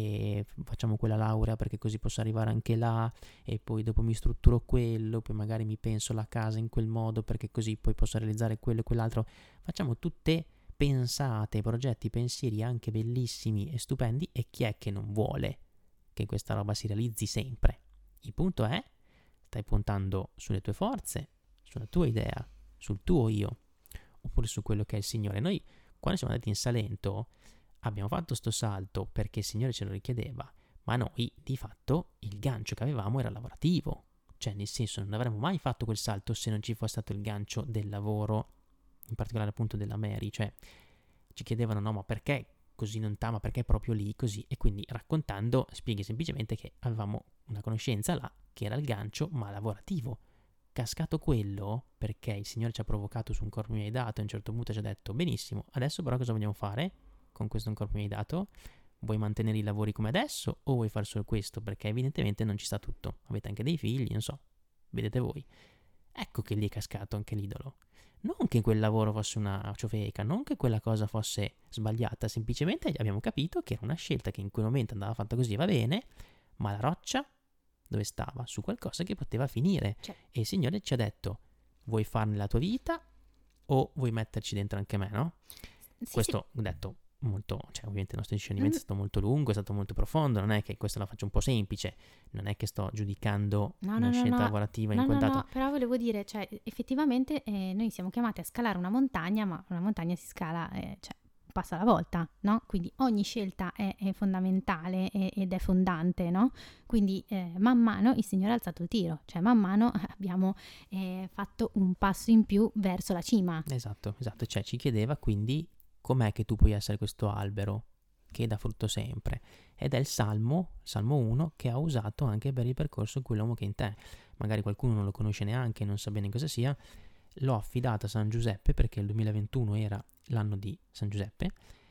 e facciamo quella laurea perché così posso arrivare anche là e poi dopo mi strutturo quello, poi magari mi penso la casa in quel modo perché così poi posso realizzare quello e quell'altro. Facciamo tutte pensate, progetti, pensieri anche bellissimi e stupendi, e chi è che non vuole che questa roba si realizzi sempre? Il punto è, stai puntando sulle tue forze, sulla tua idea, sul tuo io, oppure su quello che è il Signore. Noi quando siamo andati in Salento abbiamo fatto sto salto perché il Signore ce lo richiedeva, ma noi di fatto il gancio che avevamo era lavorativo, cioè nel senso non avremmo mai fatto quel salto se non ci fosse stato il gancio del lavoro, in particolare appunto della Mary, cioè ci chiedevano no ma perché così non ta, ma perché proprio lì così, e quindi raccontando spieghi semplicemente che avevamo una conoscenza là che era il gancio ma lavorativo. Cascato quello, perché il Signore ci ha provocato su un corpo mi hai dato, e a un certo punto ci ha detto benissimo, adesso però cosa vogliamo fare con questo un corpo mi hai dato? Vuoi mantenere i lavori come adesso o vuoi fare solo questo? Perché evidentemente non ci sta tutto, avete anche dei figli, non so, vedete voi. Ecco che lì è cascato anche l'idolo. Non che quel lavoro fosse una ciofeca, non che quella cosa fosse sbagliata, semplicemente abbiamo capito che era una scelta che in quel momento andava fatta così, va bene, ma la roccia dove stava? Su qualcosa che poteva finire. Cioè. E il Signore ci ha detto, vuoi farne la tua vita o vuoi metterci dentro anche me, no? Sì, questo sì. Detto molto, cioè ovviamente il nostro discernimento mm. è stato molto lungo, è stato molto profondo, non è che questo la faccio un po' semplice, non è che sto giudicando no, una no, scelta no, lavorativa no, in quel no, dato. No, però volevo dire, cioè effettivamente eh, noi siamo chiamati a scalare una montagna, ma una montagna si scala, eh, cioè passa alla volta, no? Quindi ogni scelta è, è fondamentale è, ed è fondante, no? Quindi eh, man mano il Signore ha alzato il tiro, cioè man mano abbiamo eh, fatto un passo in più verso la cima. Esatto, esatto, cioè ci chiedeva quindi com'è che tu puoi essere questo albero che dà frutto sempre, ed è il Salmo, Salmo uno, che ha usato anche per il percorso quell'uomo che è in te. Magari qualcuno non lo conosce neanche, non sa bene cosa sia. L'ho affidato a San Giuseppe perché il duemilaventuno era l'anno di San Giuseppe,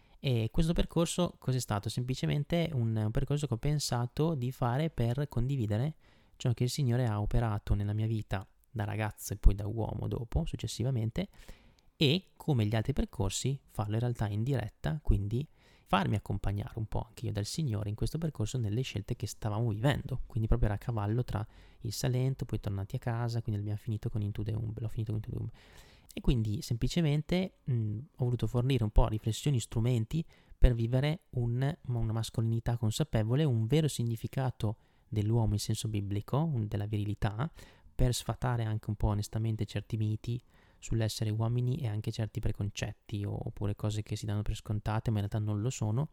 e questo percorso cos'è stato? Semplicemente un, un percorso che ho pensato di fare per condividere ciò che il Signore ha operato nella mia vita da ragazzo e poi da uomo dopo, successivamente, e come gli altri percorsi farlo in realtà in diretta, quindi farmi accompagnare un po' anche io dal Signore in questo percorso nelle scelte che stavamo vivendo, quindi proprio era a cavallo tra il Salento, poi tornati a casa, quindi abbiamo finito con Into the Womb, l'ho finito con Into the Womb. E quindi semplicemente mh, ho voluto fornire un po' riflessioni, strumenti per vivere un, una mascolinità consapevole, un vero significato dell'uomo in senso biblico, della virilità, per sfatare anche un po' onestamente certi miti sull'essere uomini e anche certi preconcetti oppure cose che si danno per scontate ma in realtà non lo sono,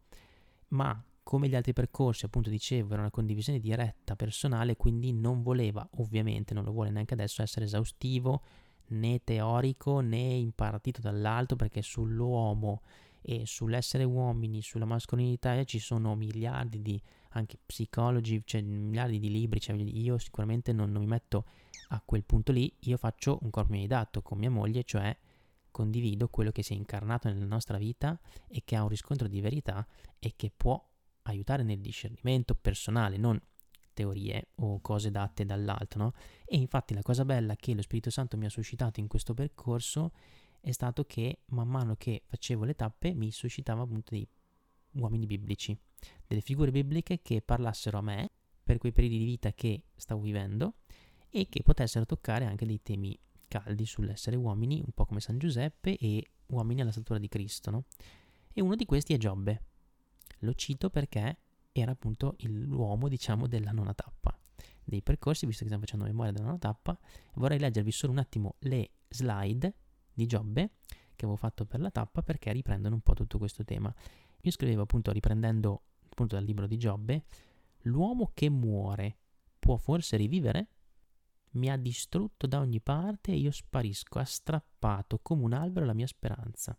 ma come gli altri percorsi, appunto dicevo, era una condivisione diretta, personale, quindi non voleva, ovviamente non lo vuole neanche adesso, essere esaustivo né teorico né impartito dall'alto, perché sull'uomo e sull'essere uomini, sulla mascolinità ci sono miliardi di anche psicologi, cioè miliardi di libri, cioè io sicuramente non, non mi metto a quel punto lì. Io faccio un corpo immediato con mia moglie, cioè condivido quello che si è incarnato nella nostra vita e che ha un riscontro di verità e che può aiutare nel discernimento personale, non teorie o cose date dall'alto, no? E infatti la cosa bella che lo Spirito Santo mi ha suscitato in questo percorso è stato che man mano che facevo le tappe mi suscitava appunto dei uomini biblici, delle figure bibliche che parlassero a me per quei periodi di vita che stavo vivendo e che potessero toccare anche dei temi caldi sull'essere uomini, un po' come San Giuseppe e uomini alla statura di Cristo, no? E uno di questi è Giobbe. Lo cito perché era appunto l'uomo, diciamo, della nona tappa dei percorsi, visto che stiamo facendo memoria della nona tappa. Vorrei leggervi solo un attimo le slide di Giobbe che avevo fatto per la tappa, perché riprendono un po' tutto questo tema. Io scrivevo appunto, riprendendo appunto dal libro di Giobbe: l'uomo che muore può forse rivivere? Mi ha distrutto da ogni parte e io sparisco, ha strappato come un albero la mia speranza.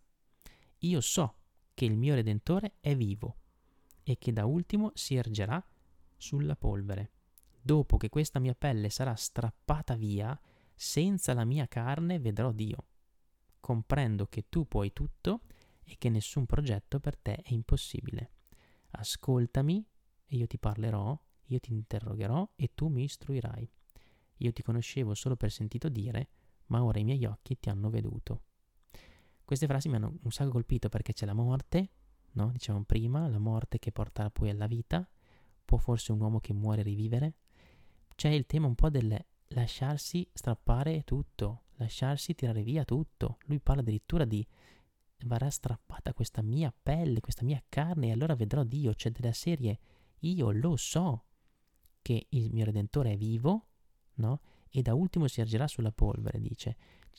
Io so che il mio Redentore è vivo e che da ultimo si ergerà sulla polvere. Dopo che questa mia pelle sarà strappata via, senza la mia carne vedrò Dio. Comprendo che tu puoi tutto e che nessun progetto per te è impossibile. Ascoltami e io ti parlerò, io ti interrogherò e tu mi istruirai. Io ti conoscevo solo per sentito dire, ma ora i miei occhi ti hanno veduto. Queste frasi mi hanno un sacco colpito, perché c'è la morte, no? Dicevamo prima, la morte che porta poi alla vita. Può forse un uomo che muore rivivere? C'è il tema un po' del lasciarsi strappare tutto, lasciarsi tirare via tutto. Lui parla addirittura di verrà strappata questa mia pelle, questa mia carne, e allora vedrò Dio. C'è della serie, io lo so che il mio Redentore è vivo, no? E da ultimo si ergerà sulla polvere, dice.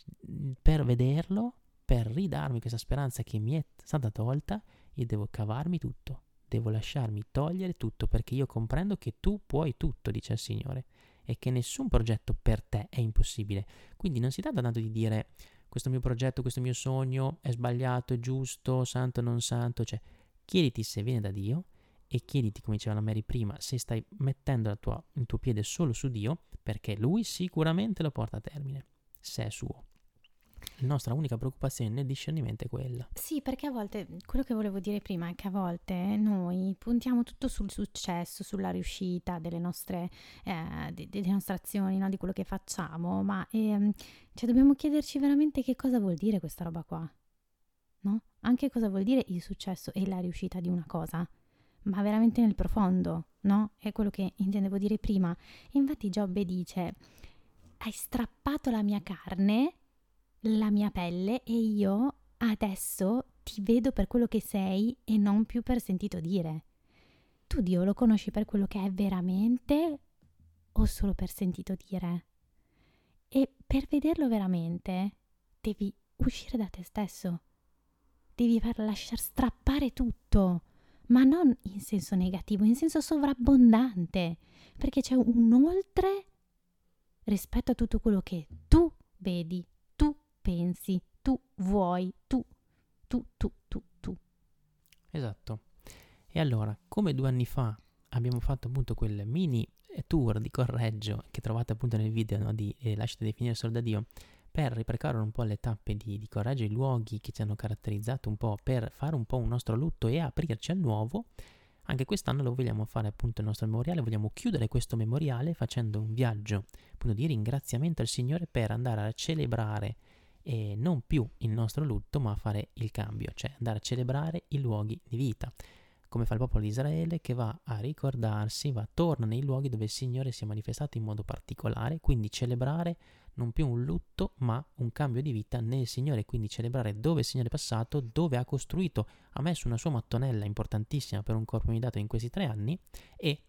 Per vederlo, per ridarmi questa speranza che mi è stata tolta, io devo cavarmi tutto, devo lasciarmi togliere tutto, perché io comprendo che tu puoi tutto, dice il Signore, e che nessun progetto per te è impossibile. Quindi non si tratta tanto di dire questo mio progetto, questo mio sogno è sbagliato, è giusto, santo, non santo, cioè chiediti se viene da Dio e chiediti, come diceva la Mary prima, se stai mettendo la tua, il tuo piede solo su Dio, perché Lui sicuramente lo porta a termine, se è suo. La nostra unica preoccupazione nel discernimento è quella. Sì, perché a volte, quello che volevo dire prima è che a volte noi puntiamo tutto sul successo, sulla riuscita delle nostre, eh, de- delle nostre azioni, no? Di quello che facciamo, ma ehm, cioè dobbiamo chiederci veramente che cosa vuol dire questa roba qua, no? Anche cosa vuol dire il successo e la riuscita di una cosa, ma veramente nel profondo, no? È quello che intendevo dire prima. E infatti Giobbe dice: hai strappato la mia carne, la mia pelle, e io adesso ti vedo per quello che sei e non più per sentito dire. Tu Dio lo conosci per quello che è veramente o solo per sentito dire? E per vederlo veramente devi uscire da te stesso, devi far lasciar strappare tutto, ma non in senso negativo, in senso sovrabbondante, perché c'è un oltre rispetto a tutto quello che tu vedi, tu pensi, tu vuoi, tu, tu, tu, tu, tu. Esatto. E allora, come due anni fa abbiamo fatto appunto quel mini tour di Correggio che trovate appunto nel video, no, di eh, Lasciate definire solo da Dio, per ripercorrere un po' le tappe di, di Correggio, i luoghi che ci hanno caratterizzato un po', per fare un po' un nostro lutto e aprirci al nuovo. Anche quest'anno lo vogliamo fare appunto il nostro memoriale, vogliamo chiudere questo memoriale facendo un viaggio appunto di ringraziamento al Signore, per andare a celebrare e non più il nostro lutto, ma fare il cambio, cioè andare a celebrare i luoghi di vita, come fa il popolo di Israele, che va a ricordarsi, va, torna nei luoghi dove il Signore si è manifestato in modo particolare, quindi celebrare non più un lutto, ma un cambio di vita nel Signore, quindi celebrare dove il Signore è passato, dove ha costruito, ha messo una sua mattonella importantissima per un corpo immediato in questi tre anni, e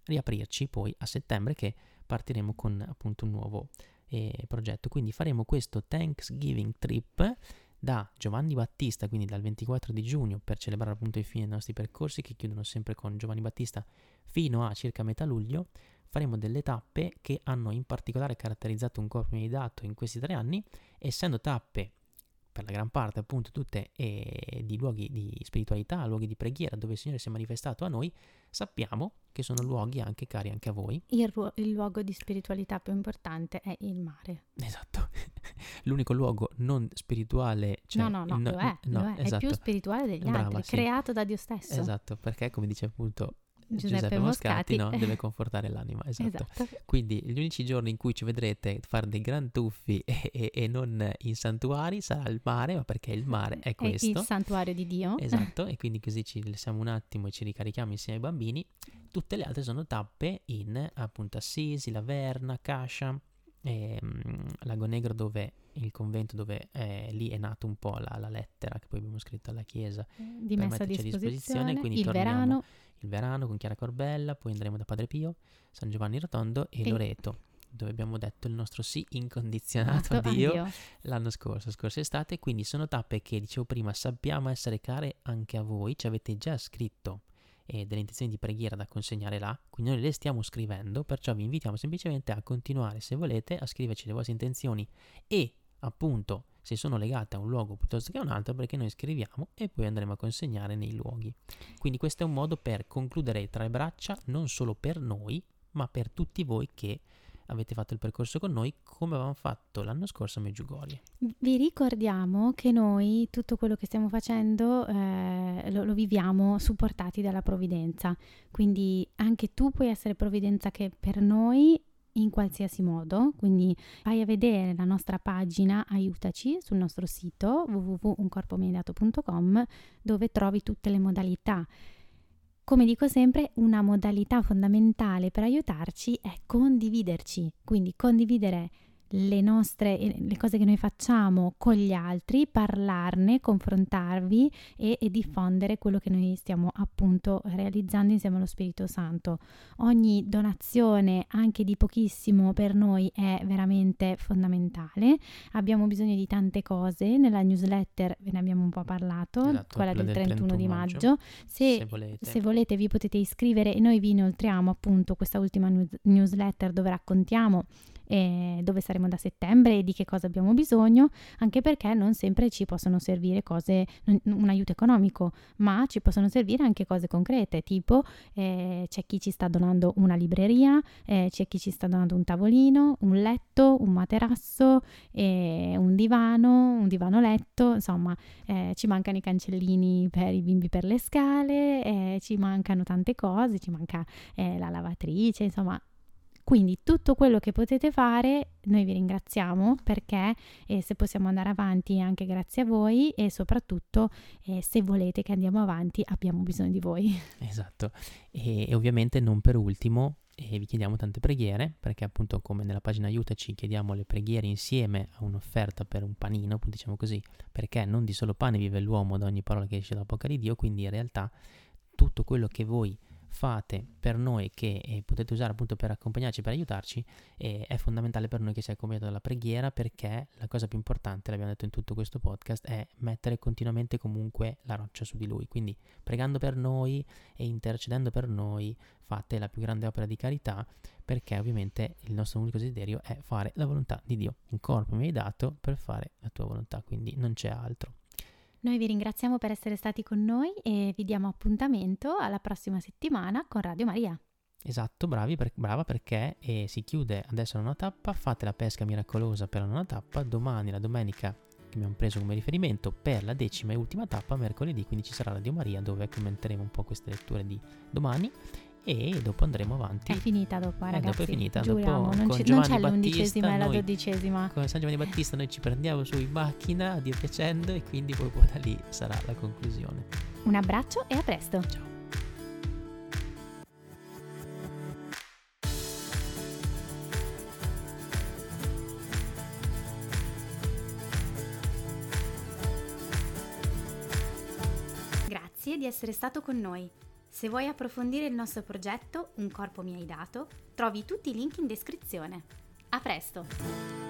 riaprirci poi a settembre, che partiremo con appunto un nuovo eh, progetto. Quindi faremo questo Thanksgiving trip da Giovanni Battista, quindi dal ventiquattro di giugno, per celebrare appunto i fine dei nostri percorsi, che chiudono sempre con Giovanni Battista, fino a circa metà luglio. Faremo delle tappe che hanno in particolare caratterizzato un corpo mediato in questi tre anni, essendo tappe per la gran parte appunto tutte eh, di luoghi di spiritualità, luoghi di preghiera dove il Signore si è manifestato a noi. Sappiamo che sono luoghi anche cari anche a voi. Il, ru- il luogo di spiritualità più importante è il mare. Esatto, l'unico luogo non spirituale, cioè, no, no, no, no, lo è, no, lo è. esatto. È più spirituale degli Brava, altri, sì. creato da Dio stesso. Esatto, perché come dice appunto Giuseppe, Giuseppe Moscati, Moscati, no? Deve confortare l'anima, esatto. Esatto. Quindi gli unici giorni in cui ci vedrete fare dei gran tuffi e, e, e non in santuari sarà il mare, ma perché il mare è questo. È il santuario di Dio. Esatto, e quindi così ci rilassiamo un attimo e ci ricarichiamo insieme ai bambini. Tutte le altre sono tappe in appunto Assisi, Laverna, Cascia, ehm, Lago Negro, dove il convento dove eh, lì è nato un po' la, la lettera che poi abbiamo scritto alla chiesa Di per messa a metterci disposizione, quindi il torniamo verano. il verano con Chiara Corbella, poi andremo da Padre Pio, San Giovanni Rotondo e, E- Loreto, dove abbiamo detto il nostro sì incondizionato a Esatto, Dio addio. l'anno scorso, scorsa estate. Quindi sono tappe che, dicevo prima, sappiamo essere care anche a voi, ci avete già scritto e delle intenzioni di preghiera da consegnare là, quindi noi le stiamo scrivendo, perciò vi invitiamo semplicemente a continuare, se volete, a scriverci le vostre intenzioni e appunto se sono legate a un luogo piuttosto che a un altro, perché noi scriviamo e poi andremo a consegnare nei luoghi. Quindi questo è un modo per concludere tra le braccia, non solo per noi, ma per tutti voi che avete fatto il percorso con noi, come avevamo fatto l'anno scorso a Medjugorje. Vi ricordiamo che noi tutto quello che stiamo facendo eh, lo, lo viviamo supportati dalla provvidenza, quindi anche tu puoi essere provvidenza che per noi in qualsiasi modo, quindi vai a vedere la nostra pagina Aiutaci sul nostro sito w w w punto un corpo mediato punto com, dove trovi tutte le modalità. Come dico sempre, una modalità fondamentale per aiutarci è condividerci, quindi condividere le nostre, le cose che noi facciamo con gli altri, parlarne, confrontarvi e, e diffondere quello che noi stiamo appunto realizzando insieme allo Spirito Santo. Ogni donazione, anche di pochissimo, per noi è veramente fondamentale. Abbiamo bisogno di tante cose, nella newsletter ve ne abbiamo un po' parlato, Esatto, quella del, del trentuno di maggio, maggio. Se, se volete. se volete vi potete iscrivere e noi vi inoltriamo appunto questa ultima news- newsletter dove raccontiamo eh, dove saremo da settembre e di che cosa abbiamo bisogno, anche perché non sempre ci possono servire cose, un aiuto economico, ma ci possono servire anche cose concrete, tipo eh, c'è chi ci sta donando una libreria, eh, c'è chi ci sta donando un tavolino, un letto, un materasso, eh, un divano, un divano letto, insomma eh, ci mancano i cancellini per i bimbi per le scale, eh, ci mancano tante cose, ci manca eh, la lavatrice, insomma. Quindi tutto quello che potete fare noi vi ringraziamo, perché eh, se possiamo andare avanti è anche grazie a voi, e soprattutto eh, se volete che andiamo avanti abbiamo bisogno di voi. Esatto, e, e ovviamente non per ultimo eh, vi chiediamo tante preghiere, perché appunto come nella pagina Aiutaci chiediamo le preghiere insieme a un'offerta per un panino, diciamo così, perché non di solo pane vive l'uomo, da ogni parola che esce dalla bocca di Dio. Quindi in realtà tutto quello che voi fate per noi, che eh, potete usare appunto per accompagnarci, per aiutarci, eh, è fondamentale per noi che sia accompagnato dalla preghiera, perché la cosa più importante, l'abbiamo detto in tutto questo podcast, è mettere continuamente comunque la roccia su di Lui. Quindi pregando per noi e intercedendo per noi fate la più grande opera di carità, perché ovviamente il nostro unico desiderio è fare la volontà di Dio. Un corpo mi hai dato per fare la tua volontà, quindi non c'è altro. Noi vi ringraziamo per essere stati con noi e vi diamo appuntamento alla prossima settimana con Radio Maria. Esatto, bravi per, brava perché eh, si chiude adesso la nona tappa, fate la pesca miracolosa per la nona tappa, domani la domenica che abbiamo preso come riferimento per la decima e ultima tappa, mercoledì, quindi ci sarà Radio Maria dove commenteremo un po' queste letture di domani e dopo andremo avanti. È finita dopo, eh, eh, ragazzi. dopo è finita, Giuriamo, dopo non, con ci, non Giovanni c'è Battista, l'undicesima e la noi- dodicesima. Con San Giovanni Battista noi ci prendiamo su in macchina a Dio piacendo, e quindi proprio da lì sarà la conclusione. Un abbraccio e a presto. Ciao. Grazie di essere stato con noi. Se vuoi approfondire il nostro progetto Un corpo mi hai dato, trovi tutti i link in descrizione. A presto!